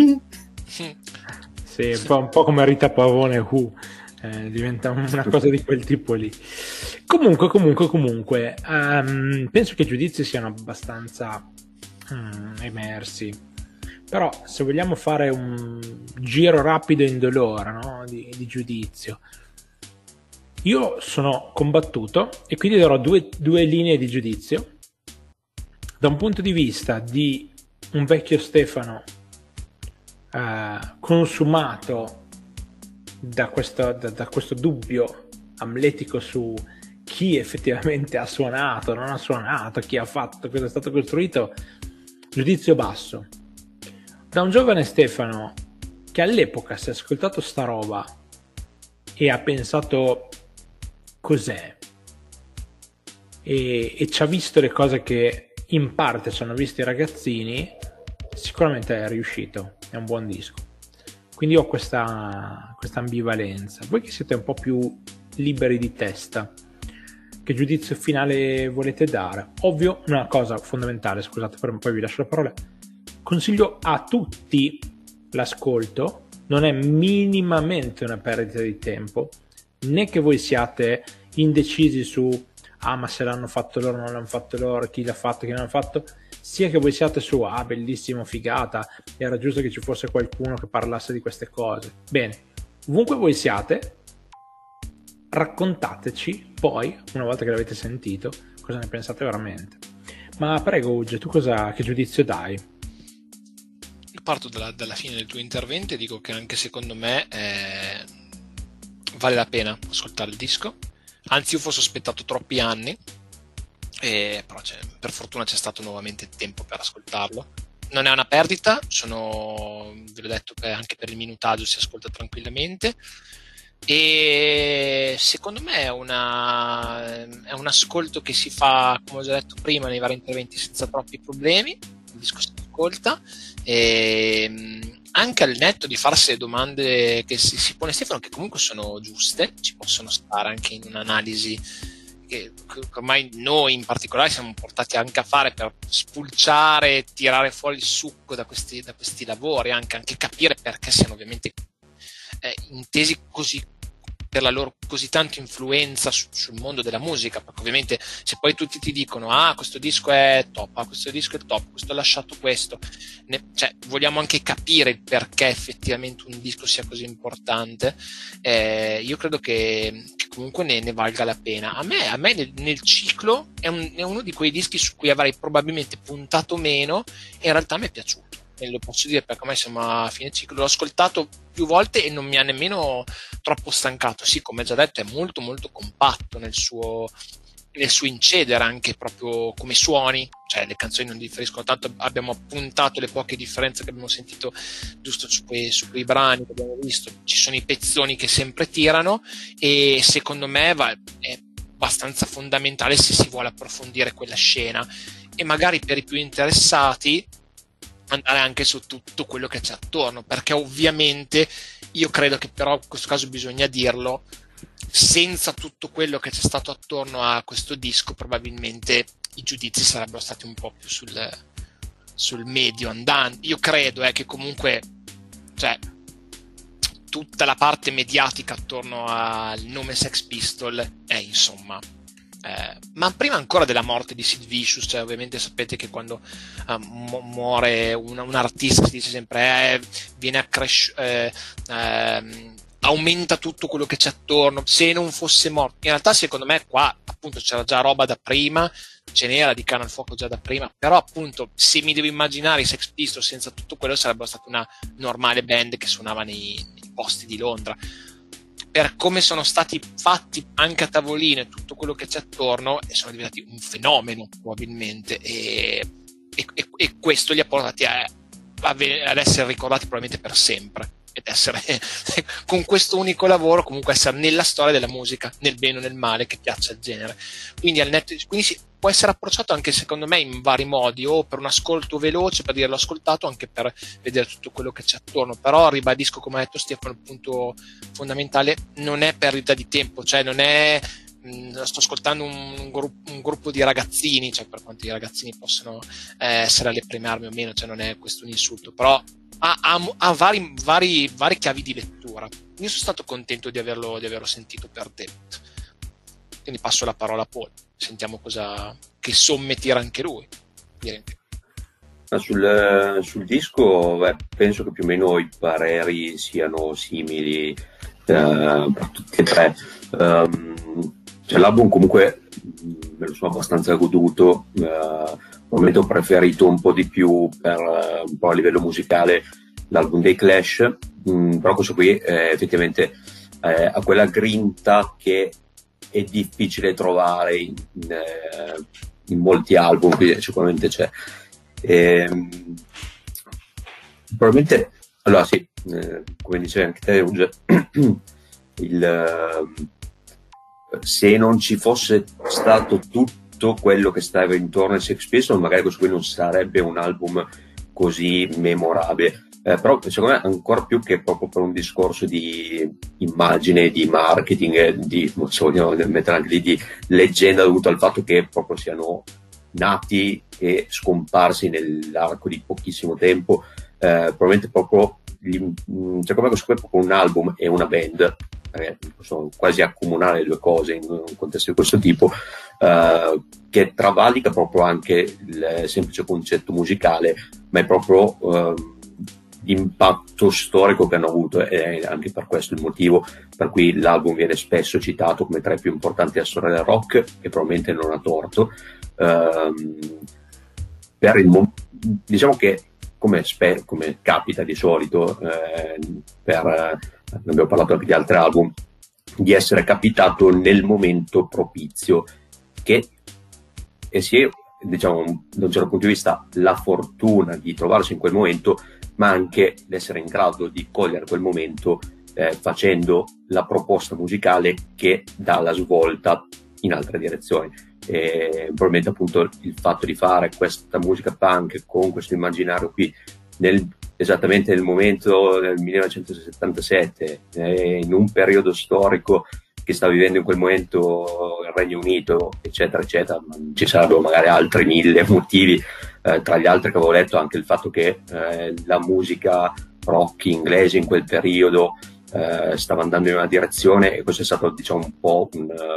sì, un po' come Rita Pavone diventa una cosa di quel tipo lì. Comunque penso che i giudizi siano abbastanza emersi, però se vogliamo fare un giro rapido e indolore, no? di giudizio, io sono combattuto e quindi darò due linee di giudizio. Da un punto di vista di un vecchio Stefano consumato da questo dubbio amletico su chi effettivamente ha suonato, non ha suonato, chi ha fatto, cosa è stato costruito, giudizio basso. Da un giovane Stefano che all'epoca si è ascoltato sta roba e ha pensato cos'è, e ci ha visto le cose che in parte ci hanno visto i ragazzini, sicuramente è riuscito, è un buon disco. Quindi ho questa ambivalenza. Voi che siete un po' più liberi di testa, che giudizio finale volete dare? Ovvio, una cosa fondamentale, scusate, poi vi lascio la parola, consiglio a tutti l'ascolto, non è minimamente una perdita di tempo, né che voi siate indecisi su ma se l'hanno fatto loro, non l'hanno fatto loro, chi l'ha fatto, chi non l'ha fatto, sia che voi siate su bellissimo, figata, era giusto che ci fosse qualcuno che parlasse di queste cose. Bene, ovunque voi siate, raccontateci poi, una volta che l'avete sentito, cosa ne pensate veramente. Ma prego Uge, tu che giudizio dai? Io parto dalla fine del tuo intervento e dico che anche secondo me vale la pena ascoltare il disco. Anzi, io ho sospettato troppi anni, però per fortuna c'è stato nuovamente tempo per ascoltarlo. Non è una perdita, ve l'ho detto, anche per il minutaggio si ascolta tranquillamente, e secondo me è un ascolto che si fa, come ho già detto prima, nei vari interventi senza troppi problemi. Il disco si ascolta, anche al netto di farsi le domande che si pone Stefano, che comunque sono giuste, ci possono stare anche in un'analisi che ormai noi in particolare siamo portati anche a fare per spulciare, tirare fuori il succo da questi lavori, anche capire perché siano ovviamente intesi così, per la loro così tanta influenza sul mondo della musica, perché ovviamente se poi tutti ti dicono questo disco è top, questo disco è top, questo ha lasciato questo, cioè vogliamo anche capire il perché effettivamente un disco sia così importante. Io credo che comunque ne valga la pena. A me nel ciclo è uno di quei dischi su cui avrei probabilmente puntato meno, e in realtà mi è piaciuto, e lo posso dire perché ormai siamo a fine ciclo, l'ho ascoltato più volte e non mi ha nemmeno troppo stancato. Sì, come già detto, è molto molto compatto nel suo incedere, anche proprio come suoni, cioè le canzoni non differiscono tanto, abbiamo appuntato le poche differenze che abbiamo sentito giusto su quei brani che abbiamo visto, ci sono i pezzoni che sempre tirano, e secondo me è abbastanza fondamentale se si vuole approfondire quella scena, e magari per i più interessati andare anche su tutto quello che c'è attorno, perché ovviamente io credo che però in questo caso bisogna dirlo, senza tutto quello che c'è stato attorno a questo disco probabilmente i giudizi sarebbero stati un po' più sul medio andante. Io credo che comunque, cioè, tutta la parte mediatica attorno al nome Sex Pistol è insomma ma prima ancora della morte di Sid Vicious, cioè ovviamente sapete che quando muore un artista si dice sempre viene aumenta tutto quello che c'è attorno, se non fosse morto. In realtà secondo me qua appunto c'era già roba da prima, ce n'era di canna al fuoco già da prima, però appunto se mi devo immaginare i Sex Pistols senza tutto quello sarebbero stata una normale band che suonava nei posti di Londra. Per come sono stati fatti anche a tavolino e tutto quello che c'è attorno, e sono diventati un fenomeno probabilmente, e questo li ha portati ad essere ricordati probabilmente per sempre, ed essere con questo unico lavoro comunque essere nella storia della musica, nel bene o nel male che piaccia il genere. Quindi si può essere approcciato anche secondo me in vari modi, o per un ascolto veloce, per dirlo ascoltato, anche per vedere tutto quello che c'è attorno. Però ribadisco, come ha detto Stefano, il punto fondamentale non è perdita di tempo, cioè non è sto ascoltando un gruppo di ragazzini, cioè per quanto i ragazzini possono essere alle prime armi o meno, cioè non è questo un insulto, però ha varie chiavi di lettura. Io sono stato contento di averlo sentito per Debut. Quindi passo la parola a Paul, sentiamo che somme tira anche lui. Sul disco penso che più o meno i pareri siano simili per tutti e tre. Cioè, l'album comunque me lo sono abbastanza goduto, probabilmente ho preferito un po' di più per un po' a livello musicale l'album dei Clash, però questo qui effettivamente ha quella grinta che è difficile trovare in molti album, quindi sicuramente c'è. Probabilmente, allora sì, come dicevi anche te, se non ci fosse stato tutto quello che stava intorno ai Sex Pistols, magari questo qui non sarebbe un album così memorabile. Però secondo me ancora più che proprio per un discorso di immagine, di marketing, non so, mettere anche lì di leggenda, dovuto al fatto che proprio siano nati e scomparsi nell'arco di pochissimo tempo, probabilmente proprio secondo me questo qui è proprio un album e una band, possono quasi accomunare le due cose in un contesto di questo tipo, che travalica proprio anche il semplice concetto musicale, ma è proprio l'impatto storico che hanno avuto, e anche per questo il motivo per cui l'album viene spesso citato come tra i più importanti della storia del rock, e probabilmente non ha torto. Diciamo che come capita di solito, abbiamo parlato anche di altri album, di essere capitato nel momento propizio, che sia, diciamo, da un certo punto di vista la fortuna di trovarsi in quel momento, ma anche l'essere in grado di cogliere quel momento facendo la proposta musicale che dà la svolta in altre direzioni. Probabilmente appunto il fatto di fare questa musica punk con questo immaginario qui nel esattamente nel momento del 1977, in un periodo storico che sta vivendo in quel momento il Regno Unito, eccetera, eccetera. Ma ci sarebbero magari altri 1000 motivi, tra gli altri che avevo letto anche il fatto che la musica rock inglese in quel periodo stava andando in una direzione, e questo è stato, diciamo, un po'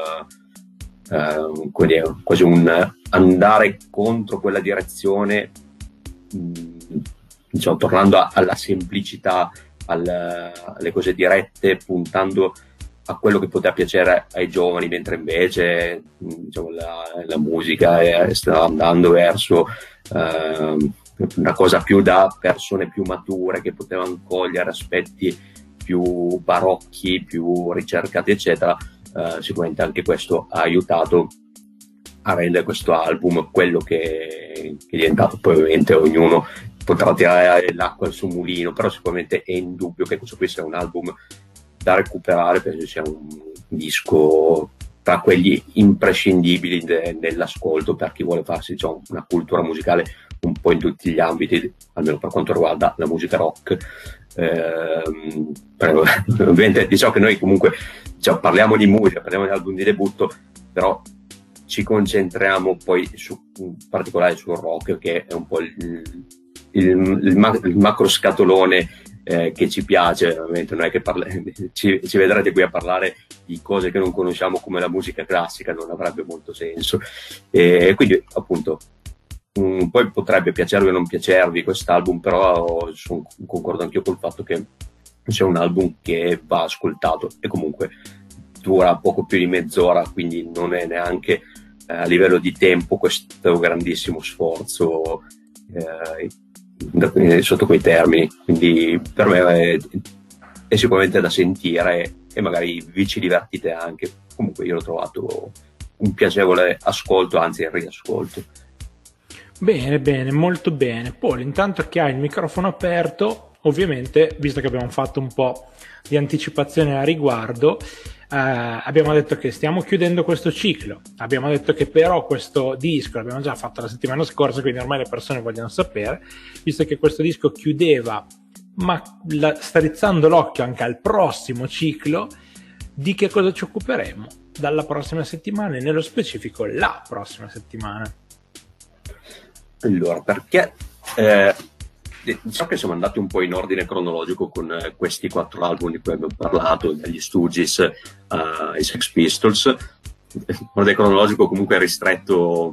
quasi un andare contro quella direzione, diciamo, tornando alla semplicità, alle cose dirette, puntando a quello che poteva piacere ai giovani, mentre invece, diciamo, la musica stava andando verso una cosa più da persone più mature, che potevano cogliere aspetti più barocchi, più ricercati, eccetera. Sicuramente anche questo ha aiutato a rendere questo album quello che è diventato. Poi ovviamente ognuno potrà tirare l'acqua al suo mulino, però sicuramente è indubbio che questo qui sia un album da recuperare, penso sia un disco tra quelli imprescindibili nell'ascolto per chi vuole farsi, diciamo, una cultura musicale un po' in tutti gli ambiti, almeno per quanto riguarda la musica rock. Ovviamente diciamo che noi comunque, diciamo, parliamo di musica, parliamo di album di debutto, però ci concentriamo poi in particolare sul rock, che è un po' il macro scatolone che ci piace. Ovviamente non è che ci vedrete qui a parlare di cose che non conosciamo come la musica classica, non avrebbe molto senso, e quindi appunto poi potrebbe piacervi o non piacervi quest'album, però concordo anch'io col fatto che sia un album che va ascoltato, e comunque dura poco più di mezz'ora, quindi non è neanche a livello di tempo questo grandissimo sforzo sotto quei termini. Quindi per me è sicuramente da sentire, e magari vi ci divertite anche. Comunque io l'ho trovato un piacevole ascolto, anzi il riascolto. Bene, molto bene. Paul, intanto che hai il microfono aperto, ovviamente, visto che abbiamo fatto un po' di anticipazione a riguardo, abbiamo detto che stiamo chiudendo questo ciclo, abbiamo detto che però questo disco l'abbiamo già fatto la settimana scorsa, quindi ormai le persone vogliono sapere, visto che questo disco chiudeva, ma strizzando l'occhio anche al prossimo ciclo, di che cosa ci occuperemo dalla prossima settimana, e nello specifico la prossima settimana. Allora, perché diciamo che siamo andati un po' in ordine cronologico con questi 4 album di cui abbiamo parlato, dagli Stooges ai Sex Pistols. L'ordine cronologico comunque è ristretto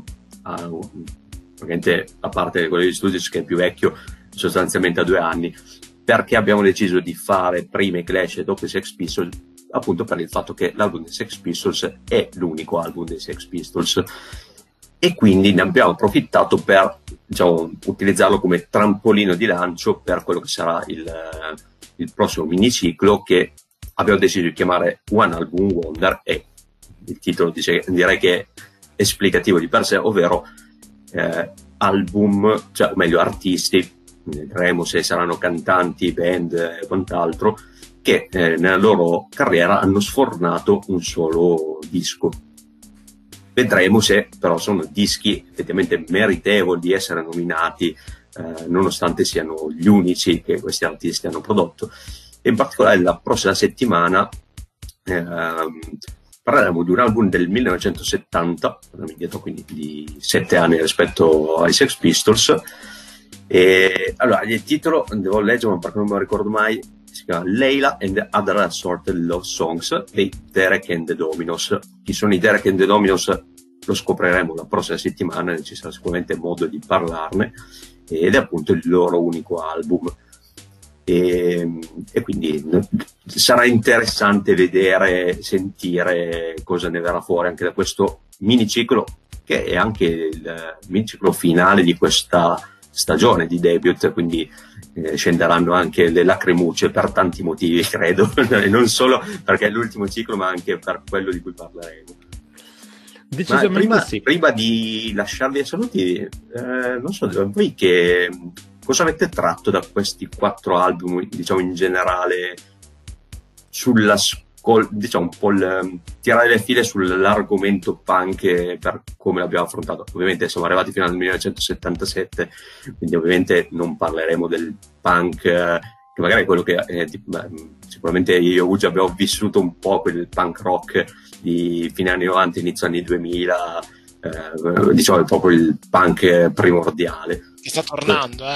a parte quello degli Stooges, che è più vecchio, sostanzialmente a 2 anni, perché abbiamo deciso di fare prima i Clash e dopo i Sex Pistols, appunto per il fatto che l'album dei Sex Pistols è l'unico album dei Sex Pistols, e quindi ne abbiamo approfittato per, diciamo, utilizzarlo come trampolino di lancio per quello che sarà il prossimo miniciclo, che abbiamo deciso di chiamare One Album Wonder, e il titolo direi che è esplicativo di per sé, ovvero album, cioè, o meglio artisti, vedremo se saranno cantanti, band e quant'altro, che nella loro carriera hanno sfornato un solo disco. Vedremo se però sono dischi effettivamente meritevoli di essere nominati, nonostante siano gli unici che questi artisti hanno prodotto. E in particolare la prossima settimana parleremo di un album del 1970, andiamo indietro quindi di 7 anni rispetto ai Sex Pistols. E allora, il titolo devo leggere, ma perché non me lo ricordo mai, si chiama Layla and the Other Assorted Love Songs dei Derek and the Dominos. Chi sono i Derek and the Dominos lo scopriremo la prossima settimana, e ci sarà sicuramente modo di parlarne, ed è appunto il loro unico album, e quindi sarà interessante vedere, sentire cosa ne verrà fuori anche da questo miniciclo, che è anche il miniciclo finale di questa stagione di debut, quindi scenderanno anche le lacrimucce per tanti motivi, credo, e non solo perché è l'ultimo ciclo, ma anche per quello di cui parleremo. Prima di lasciarvi ai saluti, non so, voi che cosa avete tratto da questi 4 album, diciamo in generale, sulla diciamo un po' tirare le file sull'argomento punk per come l'abbiamo affrontato. Ovviamente siamo arrivati fino al 1977, quindi ovviamente non parleremo del punk, che magari è quello che sicuramente io e Ugi abbiamo vissuto un po' quel punk rock di fine anni 90, inizio anni 2000, diciamo è proprio il punk primordiale. Che sta tornando,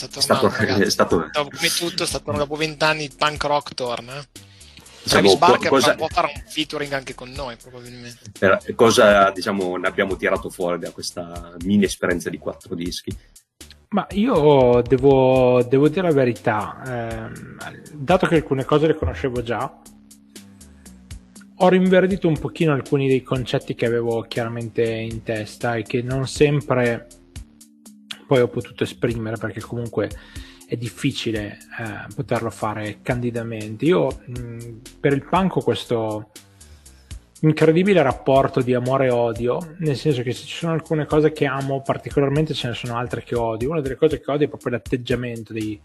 come tutto, dopo 20 anni il punk rock torna. Travis Barker può fare un featuring anche con noi, probabilmente. Cosa, diciamo, ne abbiamo tirato fuori da questa mini esperienza di 4 dischi? Ma io devo dire la verità, dato che alcune cose le conoscevo già, ho rinverdito un pochino alcuni dei concetti che avevo chiaramente in testa e che non sempre poi ho potuto esprimere, perché comunque è difficile poterlo fare candidamente. Io per il punk ho questo incredibile rapporto di amore e odio, nel senso che se ci sono alcune cose che amo particolarmente, ce ne sono altre che odio. Una delle cose che odio è proprio l'atteggiamento dei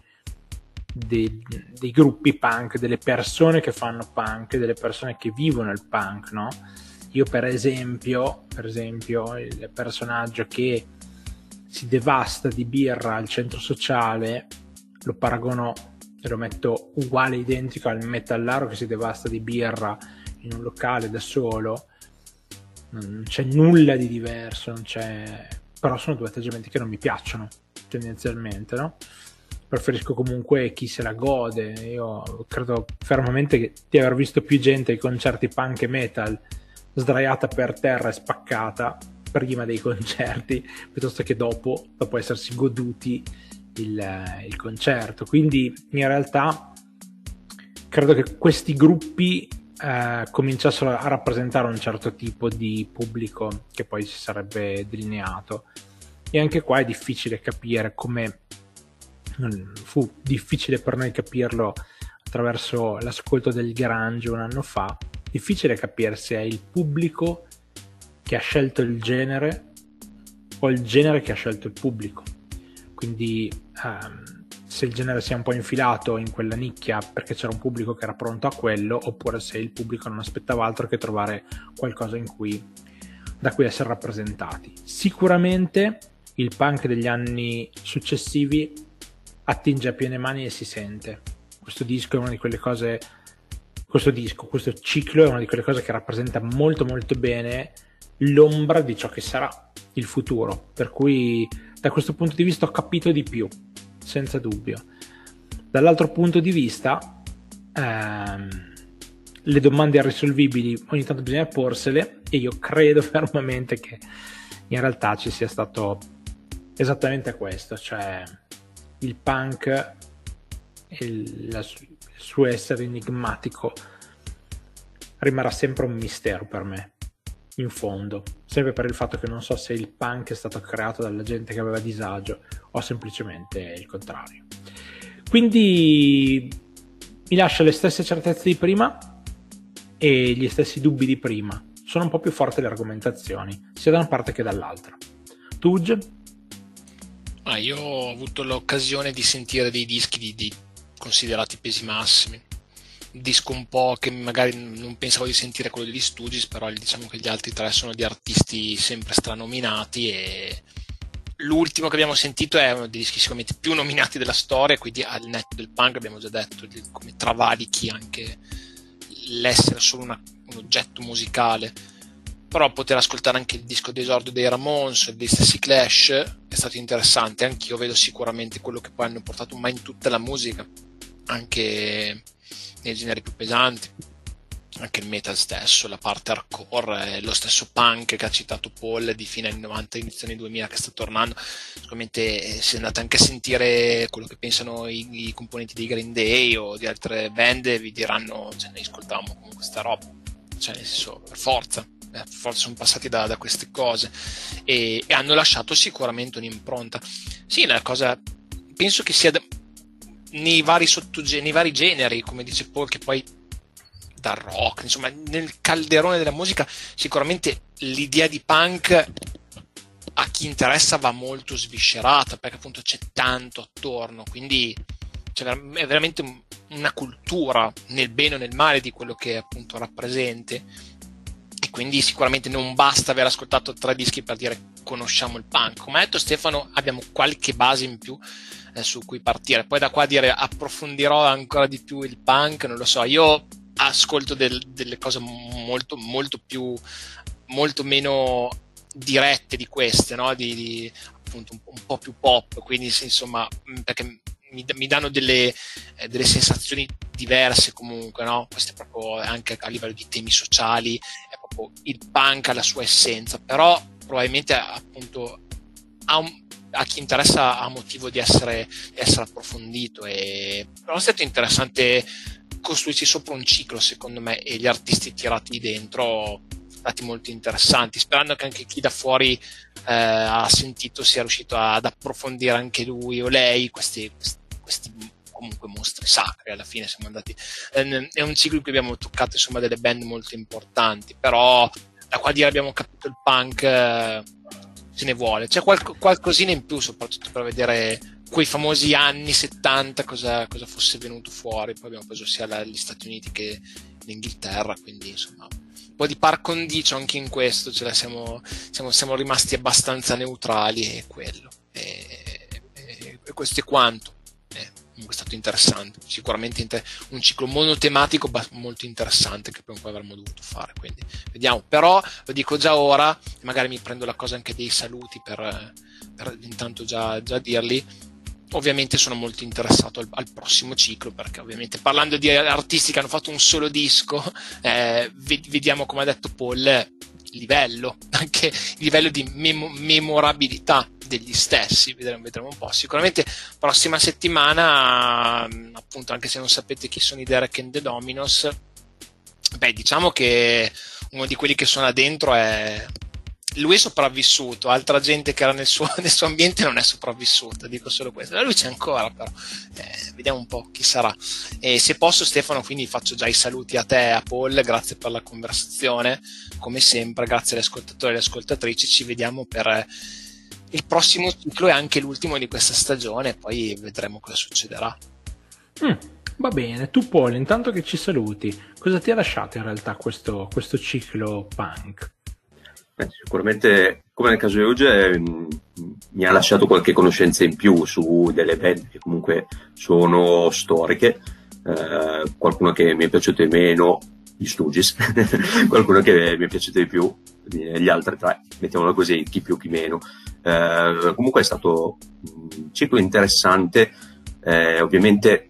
gruppi punk, delle persone che fanno punk, delle persone che vivono il punk, no? Io per esempio il personaggio che si devasta di birra al centro sociale lo paragono e lo metto uguale, identico al metallaro che si devasta di birra in un locale da solo. Non c'è nulla di diverso, non c'è... però sono due atteggiamenti che non mi piacciono tendenzialmente, no? Preferisco comunque chi se la gode. Io credo fermamente di aver visto più gente ai concerti punk e metal sdraiata per terra e spaccata prima dei concerti piuttosto che dopo essersi goduti il concerto. Quindi in realtà credo che questi gruppi cominciassero a rappresentare un certo tipo di pubblico che poi si sarebbe delineato, e anche qua è difficile capire come fu difficile per noi capirlo attraverso l'ascolto del grunge un anno fa. Difficile capire se è il pubblico che ha scelto il genere o il genere che ha scelto il pubblico. Quindi se il genere si è un po' infilato in quella nicchia perché c'era un pubblico che era pronto a quello, oppure se il pubblico non aspettava altro che trovare qualcosa da cui essere rappresentati. Sicuramente il punk degli anni successivi attinge a piene mani e si sente. Questo disco è una di quelle cose, questo ciclo è una di quelle cose che rappresenta molto molto bene l'ombra di ciò che sarà il futuro, per cui da questo punto di vista ho capito di più, senza dubbio. Dall'altro punto di vista le domande irrisolvibili ogni tanto bisogna porsele, e io credo fermamente che in realtà ci sia stato esattamente questo, cioè il punk e il suo essere enigmatico rimarrà sempre un mistero per me, in fondo, sempre per il fatto che non so se il punk è stato creato dalla gente che aveva disagio o semplicemente il contrario. Quindi mi lascia le stesse certezze di prima e gli stessi dubbi di prima. Sono un po' più forti le argomentazioni, sia da una parte che dall'altra. Tugge? Io ho avuto l'occasione di sentire dei dischi di considerati pesi massimi. Un disco un po' che magari non pensavo di sentire, quello degli Stooges, però diciamo che gli altri tre sono di artisti sempre stranominati, e l'ultimo che abbiamo sentito è uno dei dischi sicuramente più nominati della storia, quindi al netto del punk abbiamo già detto come travalichi anche l'essere solo un oggetto musicale. Però poter ascoltare anche il disco d'esordio dei Ramones, dei stessi Clash, è stato interessante. Anch'io vedo sicuramente quello che poi hanno portato in tutta la musica, anche nei generi più pesanti, anche il metal stesso, la parte hardcore, lo stesso punk che ha citato Paul di fine anni 90, inizio anni 2000 che sta tornando. Sicuramente se andate anche a sentire quello che pensano i componenti dei Green Day o di altre band, vi diranno, cioè, noi ascoltavamo con questa roba, cioè nel senso, per forza sono passati da queste cose e hanno lasciato sicuramente un'impronta. Sì, la cosa penso che sia nei vari generi, come dice Paul, che poi dal rock, insomma, nel calderone della musica sicuramente l'idea di punk a chi interessa va molto sviscerata, perché appunto c'è tanto attorno, quindi è veramente una cultura nel bene o nel male di quello che appunto rappresenti, e quindi sicuramente non basta aver ascoltato 3 dischi per dire conosciamo il punk. Come ha detto Stefano, abbiamo qualche base in più su cui partire, poi da qua dire approfondirò ancora di più il punk, non lo so. Io ascolto delle cose molto meno dirette di queste, no? Appunto un po' più pop, quindi insomma, perché mi danno delle sensazioni diverse comunque, no? Queste proprio anche a livello di temi sociali, è proprio il punk alla sua essenza, però probabilmente appunto a chi interessa ha motivo di essere approfondito, e però è stato interessante costruirci sopra un ciclo, secondo me, e gli artisti tirati dentro stati molto interessanti, sperando che anche chi da fuori ha sentito sia riuscito ad approfondire anche lui o lei questi comunque mostri sacri. Alla fine siamo andati, è un ciclo in cui abbiamo toccato insomma delle band molto importanti, però da qua a dire abbiamo capito il punk se ne vuole, c'è qualcosina in più, soprattutto per vedere quei famosi anni 70 cosa fosse venuto fuori. Poi abbiamo preso sia gli Stati Uniti che l'Inghilterra, quindi insomma un po' di par condicio anche in questo, ce la siamo rimasti abbastanza neutrali, e quello e questo è quanto. Comunque è stato interessante, sicuramente un ciclo monotematico molto interessante che poi avremmo dovuto fare, quindi vediamo. Però lo dico già ora, magari mi prendo la cosa anche dei saluti per intanto già dirli. Ovviamente sono molto interessato al prossimo ciclo, perché ovviamente parlando di artisti che hanno fatto un solo disco, vediamo, come ha detto Paul, il livello di memorabilità degli stessi, vedremo un po'. Sicuramente prossima settimana, appunto, anche se non sapete chi sono i Derek and the Dominos, diciamo che uno di quelli che suona dentro lui è sopravvissuto, altra gente che era nel suo ambiente non è sopravvissuta, dico solo questo. Lui c'è ancora, però vediamo un po' chi sarà. E se posso, Stefano, quindi faccio già i saluti a te e a Paul, grazie per la conversazione, come sempre, grazie agli ascoltatori e alle ascoltatrici. Ci vediamo per il prossimo ciclo e anche l'ultimo di questa stagione, poi vedremo cosa succederà. Va bene, tu Paul, intanto che ci saluti, cosa ti ha lasciato in realtà questo ciclo punk? Sicuramente, come nel caso di Euge, mi ha lasciato qualche conoscenza in più su delle band che comunque sono storiche, qualcuno che mi è piaciuto di meno, gli Stooges, qualcuno che mi è piaciuto di più, gli altri 3, mettiamolo così, chi più chi meno. Comunque è stato un ciclo interessante, ovviamente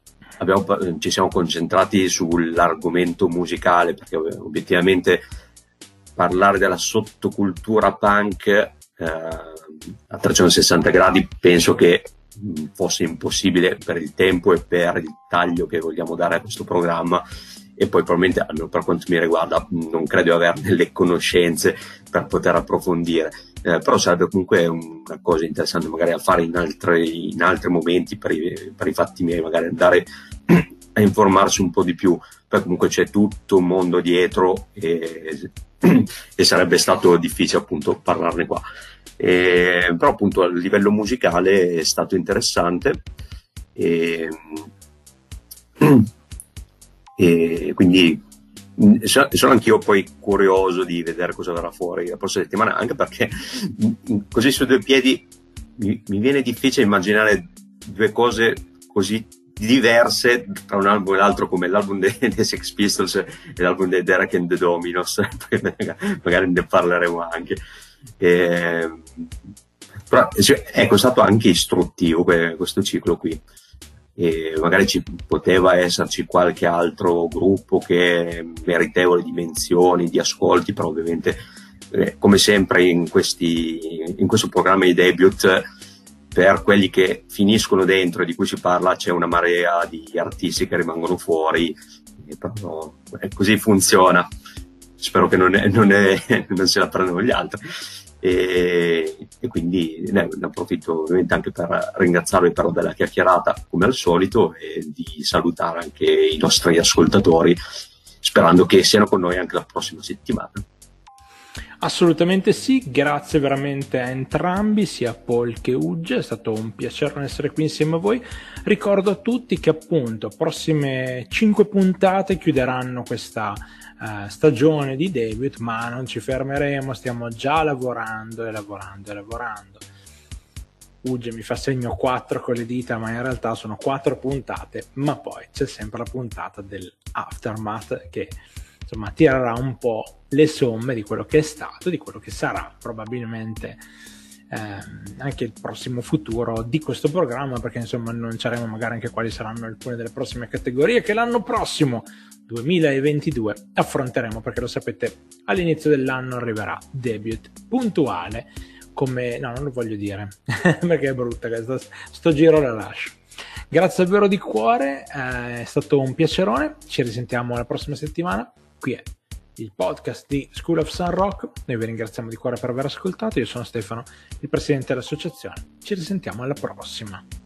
ci siamo concentrati sull'argomento musicale, perché obiettivamente parlare della sottocultura punk a 360 gradi penso che fosse impossibile per il tempo e per il taglio che vogliamo dare a questo programma, e poi probabilmente, almeno per quanto mi riguarda, non credo di averne le conoscenze per poter approfondire, però sarebbe comunque una cosa interessante magari a fare in altri momenti per i fatti miei, magari andare a informarsi un po' di più. Poi comunque c'è tutto un mondo dietro e sarebbe stato difficile appunto parlarne qua, però appunto a livello musicale è stato interessante, e quindi sono anch'io poi curioso di vedere cosa verrà fuori la prossima settimana, anche perché così su due piedi mi viene difficile immaginare due cose così diverse tra un album e l'altro, come l'album dei Sex Pistols e l'album dei Derek and the Dominos. Magari ne parleremo anche, però ecco, è stato anche istruttivo questo ciclo qui, e magari poteva esserci qualche altro gruppo che è meritevole di menzioni, di ascolti, però ovviamente come sempre in questo programma di debut, per quelli che finiscono dentro e di cui si parla, c'è una marea di artisti che rimangono fuori, e però così funziona. Spero che non se la prendano gli altri, e quindi ne approfitto ovviamente anche per ringraziarvi però della chiacchierata come al solito, e di salutare anche i nostri ascoltatori, sperando che siano con noi anche la prossima settimana. Assolutamente sì, grazie veramente a entrambi, sia Paul che Uge, è stato un piacere essere qui insieme a voi. Ricordo a tutti che appunto prossime 5 puntate chiuderanno questa stagione di debut, ma non ci fermeremo, stiamo già lavorando. Uge mi fa segno 4 con le dita, ma in realtà sono 4 puntate, ma poi c'è sempre la puntata dell'Aftermath che insomma tirerà un po' le somme di quello che è stato, di quello che sarà probabilmente anche il prossimo futuro di questo programma, perché insomma annunceremo magari anche quali saranno alcune delle prossime categorie che l'anno prossimo 2022 affronteremo, perché lo sapete, all'inizio dell'anno arriverà debut puntuale, come no, non lo voglio dire perché è brutta questa, sto giro la lascio. Grazie davvero di cuore, è stato un piacerone, ci risentiamo la prossima settimana. Qui è il podcast di School of Sun Rock, noi vi ringraziamo di cuore per aver ascoltato, io sono Stefano, il presidente dell'associazione, ci risentiamo alla prossima.